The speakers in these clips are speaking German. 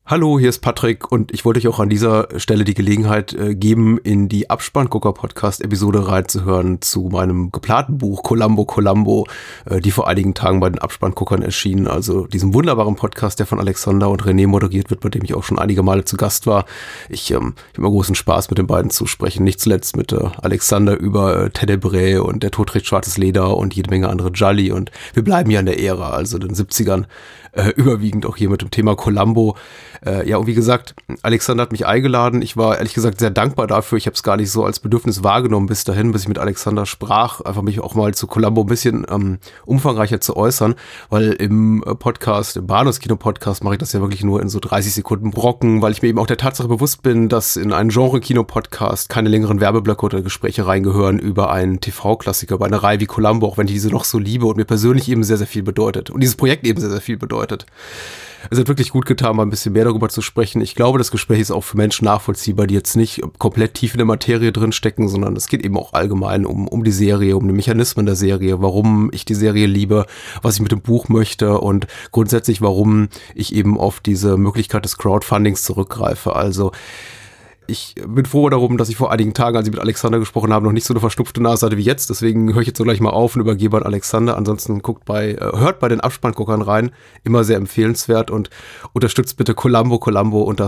Hallo, hier ist Patrick und ich wollte euch auch an dieser Stelle die Gelegenheit geben, in die Abspann-Gucker-Podcast-Episode reinzuhören zu meinem geplanten Buch Columbo, die vor einigen Tagen bei den Abspann-Guckern erschien. Also diesem wunderbaren Podcast, der von Alexander und René moderiert wird, bei dem ich auch schon einige Male zu Gast war. Ich habe immer großen Spaß, mit den beiden zu sprechen. Nicht zuletzt mit Alexander über Tenebrae und Der Tod trägt schwarzes Leder und jede Menge andere Jolly. Und wir bleiben ja in der Ära, also den 70ern. Überwiegend auch hier mit dem Thema Columbo. Ja, und wie gesagt, Alexander hat mich eingeladen. Ich war ehrlich gesagt sehr dankbar dafür. Ich habe es gar nicht so als Bedürfnis wahrgenommen bis dahin, bis ich mit Alexander sprach, einfach mich auch mal zu Columbo ein bisschen umfangreicher zu äußern, weil im Bahnhofskino-Podcast mache ich das ja wirklich nur in so 30 Sekunden Brocken, weil ich mir eben auch der Tatsache bewusst bin, dass in einen Genre-Kino-Podcast keine längeren Werbeblöcke oder Gespräche reingehören über einen TV-Klassiker, über eine Reihe wie Columbo, auch wenn ich diese noch so liebe und mir persönlich eben sehr, sehr viel bedeutet. Und dieses Projekt eben sehr, sehr viel bedeutet. Es hat wirklich gut getan, mal ein bisschen mehr darüber zu sprechen. Ich glaube, das Gespräch ist auch für Menschen nachvollziehbar, die jetzt nicht komplett tief in der Materie drinstecken, sondern es geht eben auch allgemein um die Serie, um die Mechanismen der Serie, warum ich die Serie liebe, was ich mit dem Buch möchte und grundsätzlich, warum ich eben auf diese Möglichkeit des Crowdfundings zurückgreife. Also ich bin froh darum, dass ich vor einigen Tagen, als ich mit Alexander gesprochen habe, noch nicht so eine verstopfte Nase hatte wie jetzt. Deswegen höre ich jetzt so gleich mal auf und übergebe an Alexander. Ansonsten hört bei den Abspannguckern rein. Immer sehr empfehlenswert und unterstützt bitte Columbo unter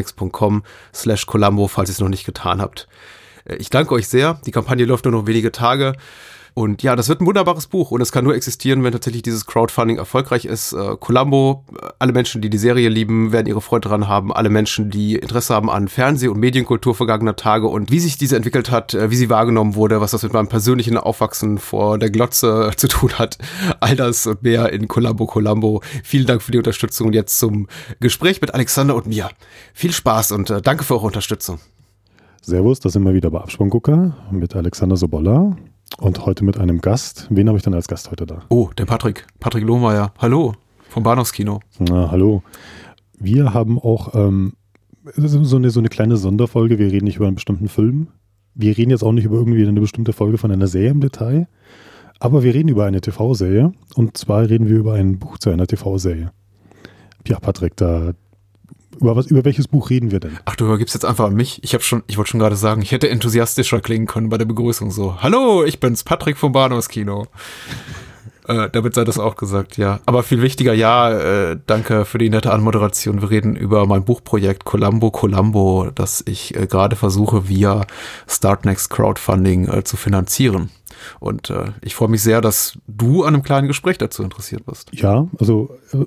startnext.com/Columbo, falls ihr es noch nicht getan habt. Ich danke euch sehr. Die Kampagne läuft nur noch wenige Tage. Und ja, das wird ein wunderbares Buch und es kann nur existieren, wenn tatsächlich dieses Crowdfunding erfolgreich ist. Columbo, alle Menschen, die die Serie lieben, werden ihre Freude dran haben. Alle Menschen, die Interesse haben an Fernseh- und Medienkultur vergangener Tage und wie sich diese entwickelt hat, wie sie wahrgenommen wurde, was das mit meinem persönlichen Aufwachsen vor der Glotze zu tun hat. All das und mehr in Columbo. Vielen Dank für die Unterstützung und jetzt zum Gespräch mit Alexander und mir. Viel Spaß und danke für eure Unterstützung. Servus, da sind wir wieder bei Abspanngucker mit Alexander Sobolla. Und heute mit einem Gast. Wen habe ich denn als Gast heute da? Oh, der Patrick Lohmeier. Hallo, vom Bahnhofskino. Na, hallo. Wir haben auch so eine kleine Sonderfolge. Wir reden nicht über einen bestimmten Film. Wir reden jetzt auch nicht über irgendwie eine bestimmte Folge von einer Serie im Detail. Aber wir reden über eine TV-Serie. Und zwar reden wir über ein Buch zu einer TV-Serie. Ja, Patrick, über welches Buch reden wir denn? Ach, du übergibst jetzt einfach an mich. Ich wollte schon gerade sagen, ich hätte enthusiastischer klingen können bei der Begrüßung so. Hallo, ich bin's, Patrick vom Bahnhofskino. Damit sei das auch gesagt, ja. Aber viel wichtiger, danke für die nette Anmoderation. Wir reden über mein Buchprojekt Columbo, das ich gerade versuche via Startnext Crowdfunding zu finanzieren. Und ich freue mich sehr, dass du an einem kleinen Gespräch dazu interessiert bist. Ja, also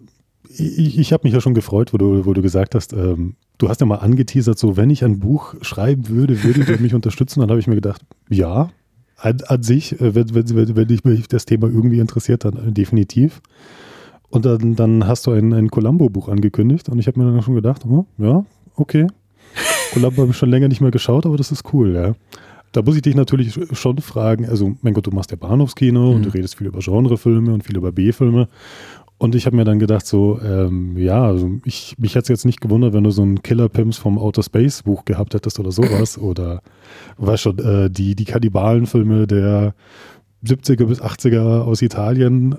ich habe mich ja schon gefreut, wo du gesagt hast, du hast ja mal angeteasert, so wenn ich ein Buch schreiben würde, würdet ihr mich unterstützen? Dann habe ich mir gedacht, ja, an sich, wenn dich das Thema irgendwie interessiert, dann definitiv. Und dann hast du ein Columbo-Buch angekündigt und ich habe mir dann schon gedacht, ja, okay, Columbo habe ich schon länger nicht mehr geschaut, aber das ist cool, ja. Da muss ich dich natürlich schon fragen, also mein Gott, du machst ja Bahnhofskino und du redest viel über Genrefilme und viel über B-Filme. Und ich habe mir dann gedacht so, mich hätte es jetzt nicht gewundert, wenn du so ein Killer Pimps vom Outer Space Buch gehabt hättest oder sowas. Oder, weißt schon, die Kannibalenfilme der 70er bis 80er aus Italien.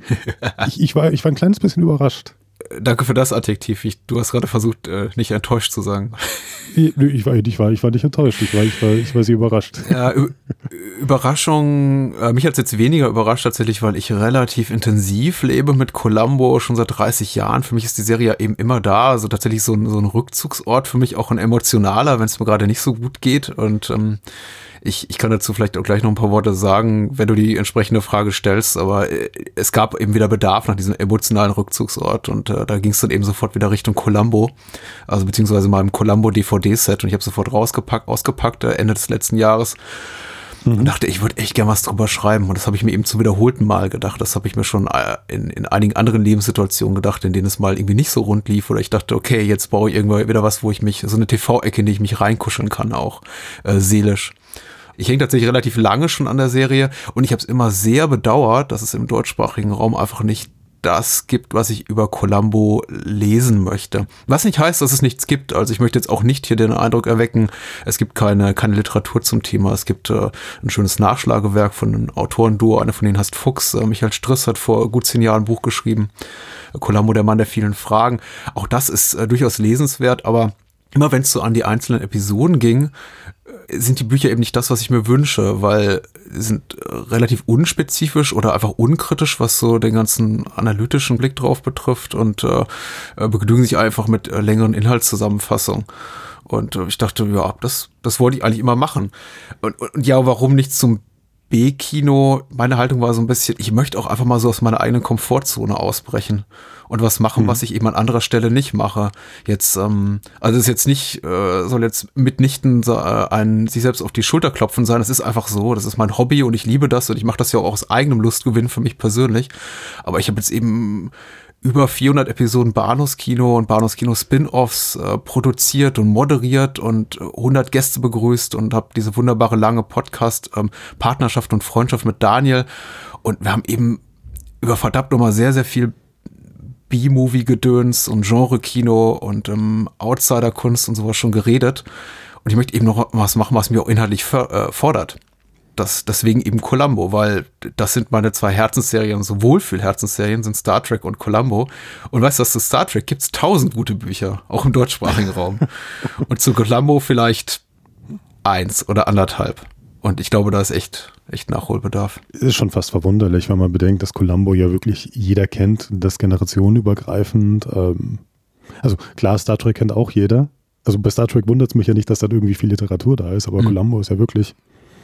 Ich war ein kleines bisschen überrascht. Danke für das Adjektiv. Du hast gerade versucht, nicht enttäuscht zu sagen. Ich war nicht enttäuscht. Ich war sehr überrascht. Ja, Überraschung, mich hat es jetzt weniger überrascht tatsächlich, weil ich relativ intensiv lebe mit Columbo schon seit 30 Jahren. Für mich ist die Serie ja eben immer da. Also tatsächlich so ein Rückzugsort, für mich auch ein emotionaler, wenn es mir gerade nicht so gut geht. Und ich kann dazu vielleicht auch gleich noch ein paar Worte sagen, wenn du die entsprechende Frage stellst, aber es gab eben wieder Bedarf nach diesem emotionalen Rückzugsort und da ging es dann eben sofort wieder Richtung Columbo, also beziehungsweise meinem Columbo DVD-Set und ich habe sofort ausgepackt Ende des letzten Jahres und dachte, ich würde echt gern was drüber schreiben und das habe ich mir eben zum wiederholten Mal gedacht, das habe ich mir schon in einigen anderen Lebenssituationen gedacht, in denen es mal irgendwie nicht so rund lief oder ich dachte, okay, jetzt brauche ich irgendwann wieder was, wo ich mich, so eine TV-Ecke, in die ich mich reinkuscheln kann auch, seelisch. Ich hänge tatsächlich relativ lange schon an der Serie und ich habe es immer sehr bedauert, dass es im deutschsprachigen Raum einfach nicht das gibt, was ich über Columbo lesen möchte. Was nicht heißt, dass es nichts gibt. Also ich möchte jetzt auch nicht hier den Eindruck erwecken, es gibt keine Literatur zum Thema. Es gibt ein schönes Nachschlagewerk von einem Autorenduo. Einer von denen heißt Fuchs. Michael Striss hat vor gut 10 Jahren ein Buch geschrieben. Columbo, der Mann der vielen Fragen. Auch das ist durchaus lesenswert, aber immer wenn es so an die einzelnen Episoden ging, sind die Bücher eben nicht das, was ich mir wünsche, weil sie sind relativ unspezifisch oder einfach unkritisch, was so den ganzen analytischen Blick drauf betrifft und begnügen sich einfach mit längeren Inhaltszusammenfassungen. Und ich dachte, ja, das wollte ich eigentlich immer machen. Und ja, warum nicht zum B-Kino? Meine Haltung war so ein bisschen, ich möchte auch einfach mal so aus meiner eigenen Komfortzone ausbrechen und was machen, was ich eben an anderer Stelle nicht mache. Jetzt, also es ist jetzt nicht, soll jetzt mitnichten ein sich selbst auf die Schulter klopfen sein. Es ist einfach so, das ist mein Hobby und ich liebe das und ich mache das ja auch aus eigenem Lustgewinn für mich persönlich. Aber ich habe jetzt eben über 400 Episoden Bahnhofskino und Bahnhofskino-Spin-Offs produziert und moderiert und 100 Gäste begrüßt und habe diese wunderbare lange Podcast Partnerschaft und Freundschaft mit Daniel. Und wir haben eben über verdammt nochmal sehr, sehr viel B-Movie-Gedöns und Genre-Kino und Outsider-Kunst und sowas schon geredet. Und ich möchte eben noch was machen, was mich auch inhaltlich fordert. Deswegen eben Columbo, weil das sind meine 2 Herzensserien, so Wohlfühl-Herzensserien sind Star Trek und Columbo. Und weißt du, zu Star Trek gibt's 1000 gute Bücher, auch im deutschsprachigen Raum. Und zu Columbo vielleicht 1 oder 1,5. Und ich glaube, da ist echt Nachholbedarf. Ist schon fast verwunderlich, wenn man bedenkt, dass Columbo ja wirklich jeder kennt, das generationenübergreifend. Also klar, Star Trek kennt auch jeder. Also bei Star Trek wundert es mich ja nicht, dass da irgendwie viel Literatur da ist, aber Columbo ist ja wirklich...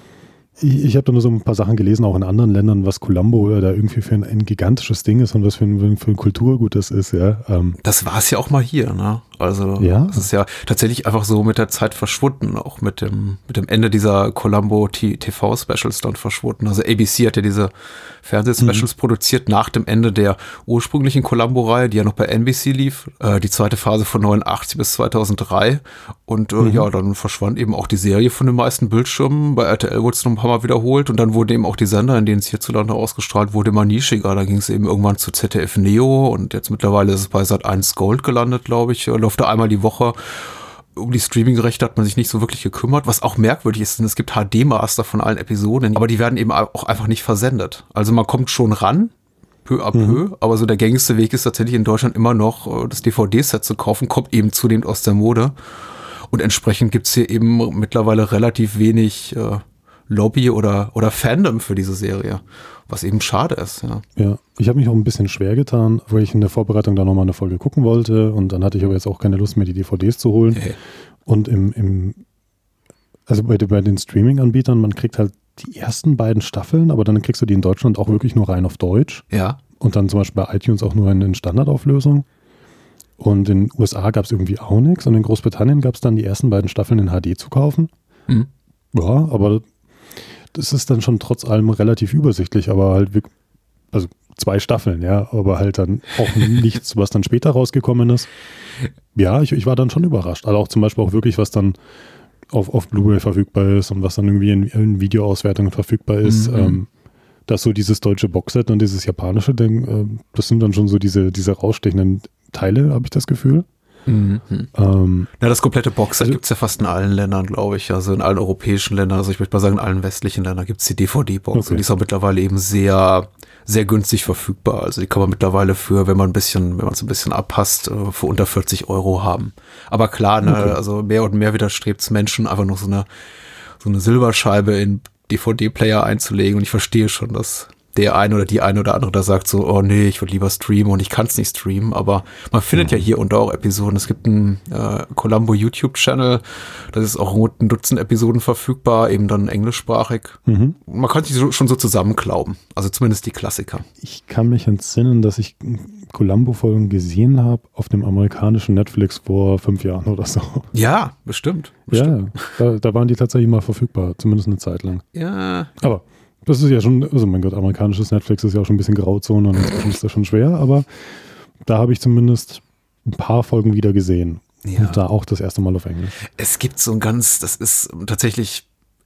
Ich habe da nur so ein paar Sachen gelesen, auch in anderen Ländern, was Columbo da irgendwie für ein gigantisches Ding ist und was für ein Kulturgut das ist. Ja. Das war es ja auch mal hier, ne? Also es ist ja tatsächlich einfach so mit der Zeit verschwunden, auch mit dem Ende dieser Columbo TV-Specials dann verschwunden. Also ABC hat ja diese Fernsehspecials produziert nach dem Ende der ursprünglichen Columbo-Reihe, die ja noch bei NBC lief, die zweite Phase von 89 bis 2003 und ja, dann verschwand eben auch die Serie von den meisten Bildschirmen. Bei RTL wurde es noch ein paar Mal wiederholt und dann wurden eben auch die Sender, in denen es hierzulande ausgestrahlt wurde, immer nischiger. Da ging es eben irgendwann zu ZDF Neo und jetzt mittlerweile ist es bei Sat.1 Gold gelandet, glaube ich. Läuft da einmal die Woche. Um die Streaming-Rechte hat man sich nicht so wirklich gekümmert, was auch merkwürdig ist, denn es gibt HD-Master von allen Episoden, aber die werden eben auch einfach nicht versendet. Also man kommt schon ran, peu à peu, aber so der gängigste Weg ist tatsächlich in Deutschland immer noch, das DVD-Set zu kaufen, kommt eben zunehmend aus der Mode. Und entsprechend gibt's hier eben mittlerweile relativ wenig Lobby oder Fandom für diese Serie, was eben schade ist. Ja, ich habe mich auch ein bisschen schwer getan, weil ich in der Vorbereitung da nochmal eine Folge gucken wollte und dann hatte ich aber jetzt auch keine Lust mehr, die DVDs zu holen. Okay. Und also bei den Streaming-Anbietern, man kriegt halt die ersten beiden Staffeln, aber dann kriegst du die in Deutschland auch wirklich nur rein auf Deutsch. Ja. Und dann zum Beispiel bei iTunes auch nur in Standardauflösung. Und in den USA gab es irgendwie auch nichts und in Großbritannien gab es dann die ersten beiden Staffeln in HD zu kaufen. Mhm. Ja, aber das ist dann schon trotz allem relativ übersichtlich, aber halt wirklich, also 2 Staffeln, ja, aber halt dann auch nichts, was dann später rausgekommen ist. Ja, ich war dann schon überrascht. Also auch zum Beispiel auch wirklich, was dann auf Blu-ray verfügbar ist und was dann irgendwie in Videoauswertungen verfügbar ist. Dass so dieses deutsche Boxset und dieses japanische Ding, das sind dann schon so diese rausstechenden Teile, habe ich das Gefühl. Das komplette Boxset gibt es ja fast in allen Ländern, glaube ich, also in allen europäischen Ländern, also ich möchte mal sagen, in allen westlichen Ländern gibt es die DVD-Box und die ist auch mittlerweile eben sehr, sehr günstig verfügbar. Also die kann man mittlerweile wenn man es ein bisschen abpasst, für unter 40 € haben. Aber klar, ne, also mehr und mehr widerstrebt es Menschen, einfach noch so eine Silberscheibe in DVD-Player einzulegen und ich verstehe schon, dass der eine oder die eine oder andere da sagt so, oh nee, ich würde lieber streamen und ich kann es nicht streamen, aber man findet ja hier und da auch Episoden. Es gibt einen Columbo YouTube-Channel, das ist auch rund ein Dutzend Episoden verfügbar, eben dann englischsprachig. Man kann sich schon so zusammenklauben, also zumindest die Klassiker. Ich kann mich entsinnen, dass ich Columbo-Folgen gesehen habe auf dem amerikanischen Netflix vor 5 Jahren oder so. Ja, bestimmt. Ja, da waren die tatsächlich mal verfügbar, zumindest eine Zeit lang. Ja. Aber das ist ja schon, also mein Gott, amerikanisches Netflix ist ja auch schon ein bisschen Grauzone und inzwischen ist das schon schwer, aber da habe ich zumindest ein paar Folgen wieder gesehen. Ja. Und da auch das erste Mal auf Englisch. Es gibt so das ist tatsächlich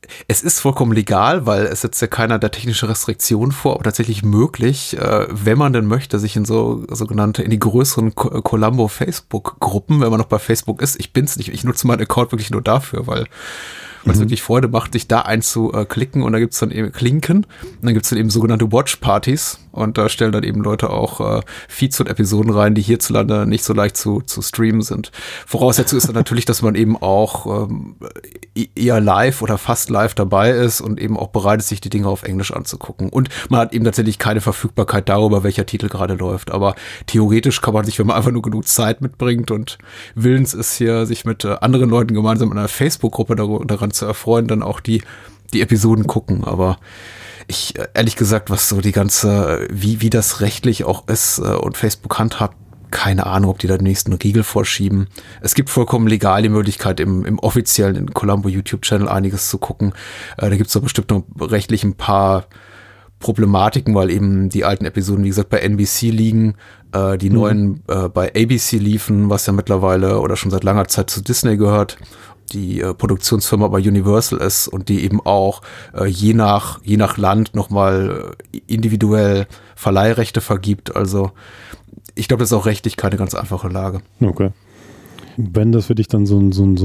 es ist vollkommen legal, weil es setzt ja keiner der technische Restriktionen vor, aber tatsächlich möglich, wenn man denn möchte, sich in in die größeren Columbo-Facebook-Gruppen, wenn man noch bei Facebook ist. Ich bin's nicht, ich nutze meinen Account wirklich nur dafür, weil es wirklich Freude macht, sich da einzuklicken und da gibt's dann eben Klinken und dann gibt's dann eben sogenannte Watch-Partys und da stellen dann eben Leute auch Feeds und Episoden rein, die hierzulande nicht so leicht zu streamen sind. Voraussetzung ist dann natürlich, dass man eben auch eher live oder fast live dabei ist und eben auch bereit ist, sich die Dinge auf Englisch anzugucken. Und man hat eben tatsächlich keine Verfügbarkeit darüber, welcher Titel gerade läuft. Aber theoretisch kann man sich, wenn man einfach nur genug Zeit mitbringt und willens ist, hier sich mit anderen Leuten gemeinsam in einer Facebook-Gruppe daran zu erfreuen, dann auch die Episoden gucken. Aber ich, ehrlich gesagt, was so die ganze, wie das rechtlich auch ist und Facebook handhabt, keine Ahnung, ob die da den nächsten Riegel vorschieben. Es gibt vollkommen legal die Möglichkeit, im offiziellen Columbo YouTube-Channel einiges zu gucken. Da gibt es doch bestimmt noch rechtlich ein paar Problematiken, weil eben die alten Episoden, wie gesagt, bei NBC liegen, die neuen bei ABC liefen, was ja mittlerweile oder schon seit langer Zeit zu Disney gehört. Die Produktionsfirma bei Universal ist und die eben auch je nach Land nochmal individuell Verleihrechte vergibt. Also ich glaube, das ist auch rechtlich keine ganz einfache Lage. Okay. Wenn das für dich dann so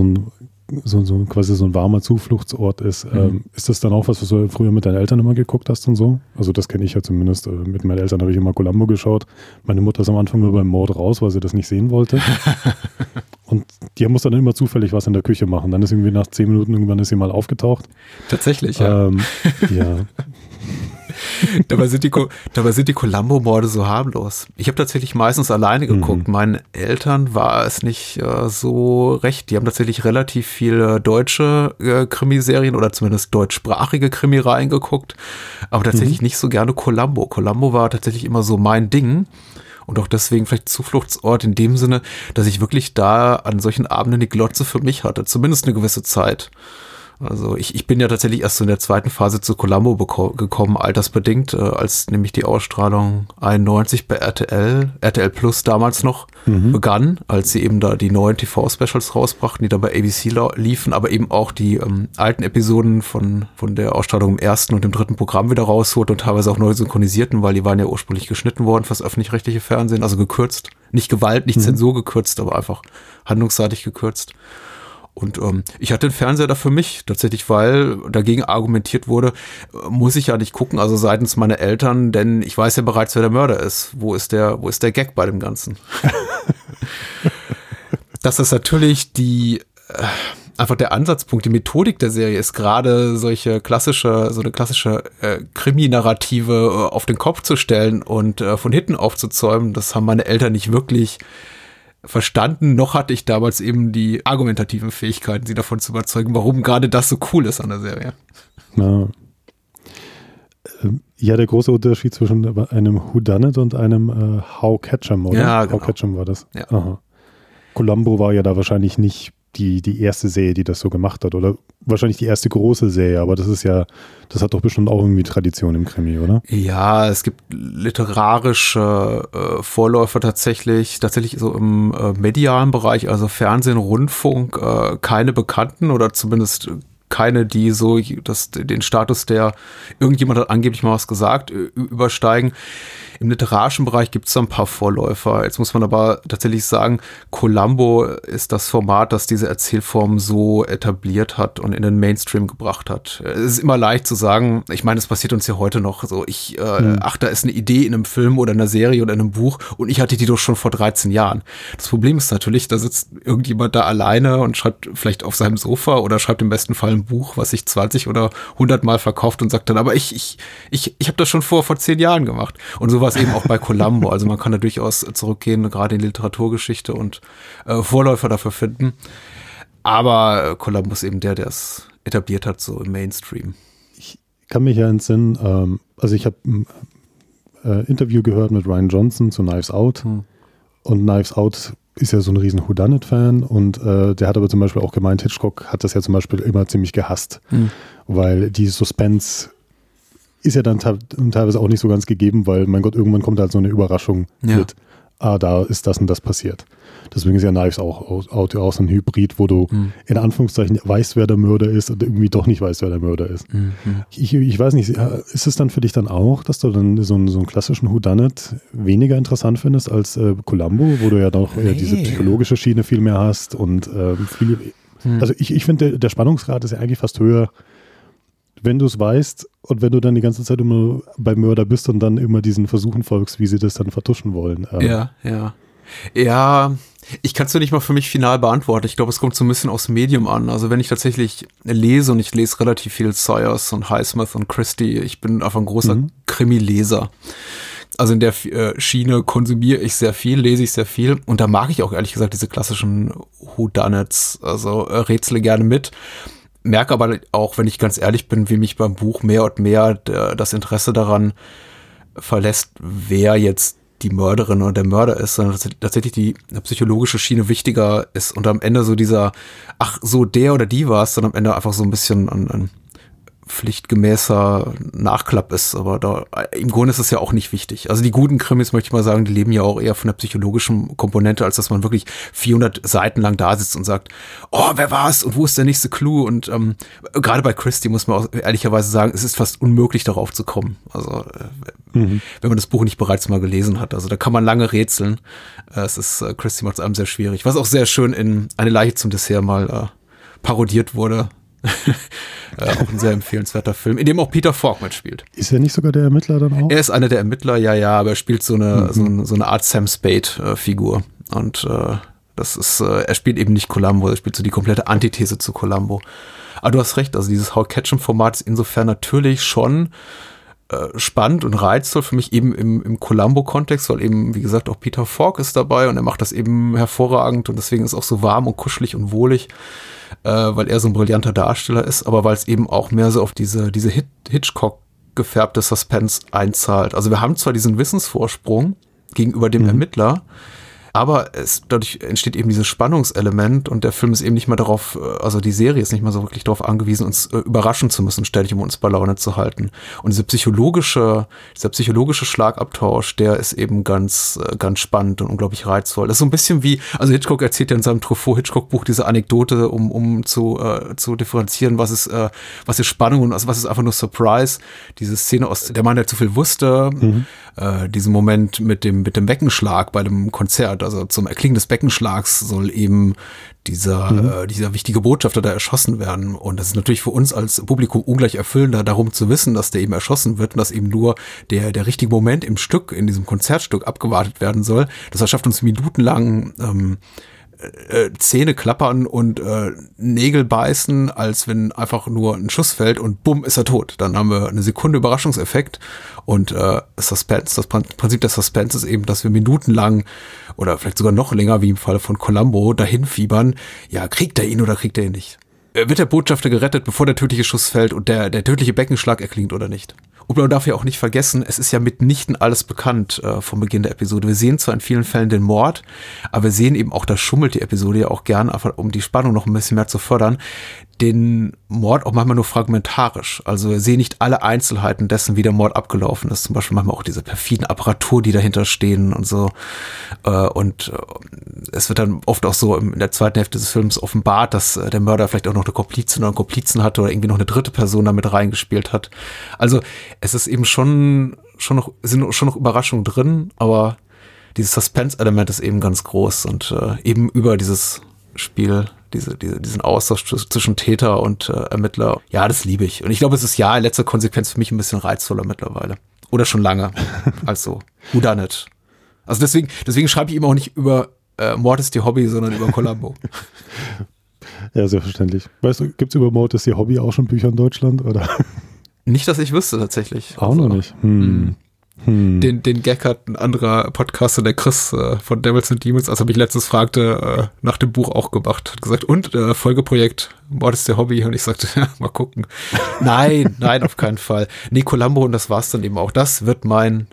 quasi so ein warmer Zufluchtsort ist, ist das dann auch was du früher mit deinen Eltern immer geguckt hast und so? Also das kenne ich ja zumindest. Mit meinen Eltern habe ich immer Columbo geschaut. Meine Mutter ist am Anfang nur beim Mord raus, weil sie das nicht sehen wollte. Und die muss dann immer zufällig was in der Küche machen. Dann ist irgendwie nach 10 Minuten irgendwann ist sie mal aufgetaucht. Tatsächlich, ja. Ja. Dabei sind die Columbo-Morde so harmlos. Ich habe tatsächlich meistens alleine geguckt. Meinen Eltern war es nicht so recht. Die haben tatsächlich relativ viele deutsche Krimiserien oder zumindest deutschsprachige Krimireihen geguckt, aber tatsächlich nicht so gerne Columbo. Columbo war tatsächlich immer so mein Ding. Und auch deswegen vielleicht Zufluchtsort in dem Sinne, dass ich wirklich da an solchen Abenden die Glotze für mich hatte. Zumindest eine gewisse Zeit. Also ich bin ja tatsächlich erst so in der zweiten Phase zu Columbo gekommen, altersbedingt, als nämlich die Ausstrahlung 91 bei RTL Plus damals noch begann, als sie eben da die neuen TV-Specials rausbrachten, die da bei ABC liefen, aber eben auch die alten Episoden von der Ausstrahlung im ersten und im dritten Programm wieder rausholten und teilweise auch neu synchronisierten, weil die waren ja ursprünglich geschnitten worden fürs öffentlich-rechtliche Fernsehen, also gekürzt. Nicht Gewalt, nicht Zensur gekürzt, aber einfach handlungsseitig gekürzt. Und ich hatte den Fernseher da für mich, tatsächlich, weil dagegen argumentiert wurde, muss ich ja nicht gucken, also seitens meiner Eltern, denn ich weiß ja bereits, wer der Mörder ist. Wo ist der Gag bei dem Ganzen? Dass das natürlich einfach der Ansatzpunkt, die Methodik der Serie ist, gerade so eine klassische Krimi-Narrative auf den Kopf zu stellen und von hinten aufzuzäumen, das haben meine Eltern nicht wirklich verstanden, noch hatte ich damals eben die argumentativen Fähigkeiten, sie davon zu überzeugen, warum gerade das so cool ist an der Serie. Na, ja, der große Unterschied zwischen einem Whodunit und einem How Ketchum, oder? Ja, genau. How Ketchum war das. Ja. Aha. Columbo war ja da wahrscheinlich nicht die erste Serie, die das so gemacht hat, oder wahrscheinlich die erste große Serie, aber das hat doch bestimmt auch irgendwie Tradition im Krimi, oder? Ja, es gibt literarische Vorläufer tatsächlich so im medialen Bereich, also Fernsehen, Rundfunk, keine bekannten oder zumindest keine, die so den Status, der irgendjemand hat angeblich mal was gesagt, übersteigen. Im literarischen Bereich gibt es ein paar Vorläufer. Jetzt muss man aber tatsächlich sagen, Columbo ist das Format, das diese Erzählform so etabliert hat und in den Mainstream gebracht hat. Es ist immer leicht zu sagen, ich meine, es passiert uns ja heute noch so, da ist eine Idee in einem Film oder in einer Serie oder in einem Buch und ich hatte die doch schon vor 13 Jahren. Das Problem ist natürlich, da sitzt irgendjemand da alleine und schreibt vielleicht auf seinem Sofa oder schreibt im besten Fall ein Buch, was sich 20 oder 100 Mal verkauft und sagt dann, aber ich habe das schon vor 10 Jahren gemacht. Und so war es eben auch bei Columbo. Also man kann da durchaus zurückgehen, gerade in die Literaturgeschichte und Vorläufer dafür finden. Aber Columbo ist eben der es etabliert hat, so im Mainstream. Ich kann mich ja entsinnen, also ich habe ein Interview gehört mit Rian Johnson zu Knives Out. Und Knives Out ist ja so ein riesen Whodunit-Fan und der hat aber zum Beispiel auch gemeint, Hitchcock hat das ja zum Beispiel immer ziemlich gehasst, weil die Suspense ist ja dann teilweise auch nicht so ganz gegeben, weil, mein Gott, irgendwann kommt halt so eine Überraschung mit. da ist das und das passiert. Deswegen ist ja Knives auch so ein Hybrid, wo du in Anführungszeichen weißt, wer der Mörder ist und irgendwie doch nicht weißt, wer der Mörder ist. Mhm. Ich weiß nicht, ist es dann für dich dann auch, dass du dann so einen klassischen Whodunit weniger interessant findest als Columbo, wo du ja doch diese psychologische Schiene viel mehr hast und also ich finde, der Spannungsgrad ist ja eigentlich fast höher, wenn du es weißt und wenn du dann die ganze Zeit immer beim Mörder bist und dann immer diesen Versuchen folgst, wie sie das dann vertuschen wollen. Ja, ich kann es dir nicht mal für mich final beantworten. Ich glaube, es kommt so ein bisschen aufs Medium an. Also wenn ich tatsächlich lese, und ich lese relativ viel Sayers und Highsmith und Christie, ich bin einfach ein großer Krimi-Leser. Also in der Schiene konsumiere ich sehr viel, lese ich sehr viel und da mag ich auch ehrlich gesagt diese klassischen Whodunits, also rätsle gerne mit. Merke aber auch, wenn ich ganz ehrlich bin, wie mich beim Buch mehr und mehr das Interesse daran verlässt, wer jetzt die Mörderin oder der Mörder ist, sondern tatsächlich die psychologische Schiene wichtiger ist und am Ende so dieser, ach so, der oder die war es, dann am Ende einfach so ein bisschen ein pflichtgemäßer Nachklapp ist, aber da im Grunde ist es ja auch nicht wichtig. Also die guten Krimis, möchte ich mal sagen, die leben ja auch eher von der psychologischen Komponente, als dass man wirklich 400 Seiten lang da sitzt und sagt, oh, wer war's und wo ist der nächste Clou? Und gerade bei Christie muss man auch ehrlicherweise sagen, es ist fast unmöglich, darauf zu kommen. Also wenn man das Buch nicht bereits mal gelesen hat. Also da kann man lange rätseln. Christie macht es einem sehr schwierig. Was auch sehr schön in Eine Leiche zum Dessert mal parodiert wurde. Auch ein sehr empfehlenswerter Film, in dem auch Peter Falk mitspielt. Ist er nicht sogar der Ermittler dann auch? Er ist einer der Ermittler, ja, aber er spielt so eine Art Sam Spade-Figur. Und er spielt eben nicht Columbo, er spielt so die komplette Antithese zu Columbo. Aber du hast recht, also dieses How Ketchum-Format ist insofern natürlich schon spannend und reizvoll für mich eben im Columbo-Kontext, weil eben, wie gesagt, auch Peter Falk ist dabei und er macht das eben hervorragend und deswegen ist es auch so warm und kuschelig und wohlig, weil er so ein brillanter Darsteller ist, aber weil es eben auch mehr so auf diese Hitchcock gefärbte Suspense einzahlt. Also wir haben zwar diesen Wissensvorsprung gegenüber dem Ermittler, aber dadurch entsteht eben dieses Spannungselement und der Film ist eben nicht mehr darauf, also die Serie ist nicht mehr so wirklich darauf angewiesen, uns überraschen zu müssen, ständig um uns bei Laune zu halten. Und dieser psychologische Schlagabtausch, der ist eben ganz spannend und unglaublich reizvoll. Das ist so ein bisschen wie, also Hitchcock erzählt ja in seinem Truffaut-Hitchcock-Buch diese Anekdote, um zu differenzieren, was ist Spannung und was ist einfach nur Surprise. Diese Szene, aus der Mann, der zu viel wusste, diesen Moment mit dem Beckenschlag bei dem Konzert, also zum Erklingen des Beckenschlags soll eben dieser wichtige Botschafter da erschossen werden. Und das ist natürlich für uns als Publikum ungleich erfüllender, darum zu wissen, dass der eben erschossen wird und dass eben nur der richtige Moment im Stück, in diesem Konzertstück abgewartet werden soll. Das verschafft uns minutenlang Zähne klappern und Nägel beißen, als wenn einfach nur ein Schuss fällt und bumm, ist er tot. Dann haben wir eine Sekunde Überraschungseffekt und Suspense. Das Prinzip des Suspense ist eben, dass wir minutenlang oder vielleicht sogar noch länger, wie im Fall von Columbo, dahin fiebern, ja, kriegt er ihn oder kriegt er ihn nicht? Wird der Botschafter gerettet, bevor der tödliche Schuss fällt und der tödliche Beckenschlag erklingt oder nicht? Und man darf ja auch nicht vergessen, es ist ja mitnichten alles bekannt vom Beginn der Episode. Wir sehen zwar in vielen Fällen den Mord, aber wir sehen eben auch, da schummelt die Episode ja auch gern, einfach um die Spannung noch ein bisschen mehr zu fördern, den Mord auch manchmal nur fragmentarisch. Also wir sehen nicht alle Einzelheiten dessen, wie der Mord abgelaufen ist. Zum Beispiel manchmal auch diese perfiden Apparatur, die dahinter stehen und so. Und es wird dann oft auch so in der zweiten Hälfte des Films offenbart, dass der Mörder vielleicht auch noch eine Komplizin oder einen Komplizen hatte oder irgendwie noch eine dritte Person damit reingespielt hat. Also es ist eben sind schon noch Überraschungen drin, aber dieses Suspense-Element ist eben ganz groß und eben über dieses Spiel, diesen Austausch zwischen Täter und Ermittler, ja, das liebe ich. Und ich glaube, es ist in letzter Konsequenz für mich ein bisschen reizvoller mittlerweile. Oder schon lange. Also, Whodunit. Also deswegen schreibe ich eben auch nicht über Mord ist ihr Hobby, sondern über Columbo. Ja, selbstverständlich. Weißt du, gibt es über Mord ist ihr Hobby auch schon Bücher in Deutschland, oder? Nicht, dass ich wüsste, tatsächlich. Auch noch nicht. Den Gag hat ein anderer Podcaster, der Chris von Devils and Demons, als er mich letztens fragte, nach dem Buch auch gemacht. Hat gesagt, und Folgeprojekt, Mord ist der Hobby? Und ich sagte, ja, mal gucken. Nein, auf keinen Fall. Nee, Columbo, und das war's dann eben auch. Das wird mein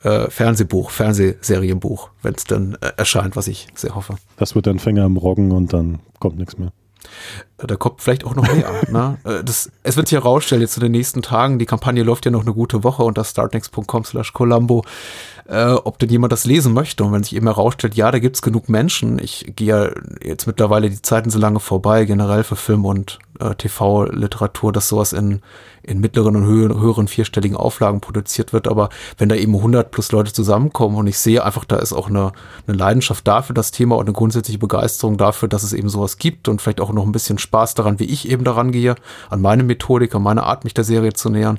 Fernsehserienbuch, wenn es dann erscheint, was ich sehr hoffe. Das wird dann Fänger im Roggen und dann kommt nichts mehr. Da kommt vielleicht auch noch mehr. Ne? Es wird sich herausstellen, jetzt in den nächsten Tagen, die Kampagne läuft ja noch eine gute Woche unter startnext.com/Columbo. ob denn jemand das lesen möchte. Und wenn sich eben herausstellt, ja, da gibt's genug Menschen. Ich gehe ja jetzt mittlerweile, die Zeiten so lange vorbei, generell für Film und TV-Literatur, dass sowas in mittleren und höheren vierstelligen Auflagen produziert wird. Aber wenn da eben 100 plus Leute zusammenkommen und ich sehe einfach, da ist auch eine Leidenschaft dafür, das Thema, und eine grundsätzliche Begeisterung dafür, dass es eben sowas gibt und vielleicht auch noch ein bisschen Spaß daran, wie ich eben daran gehe, an meine Methodik, an meine Art, mich der Serie zu nähern,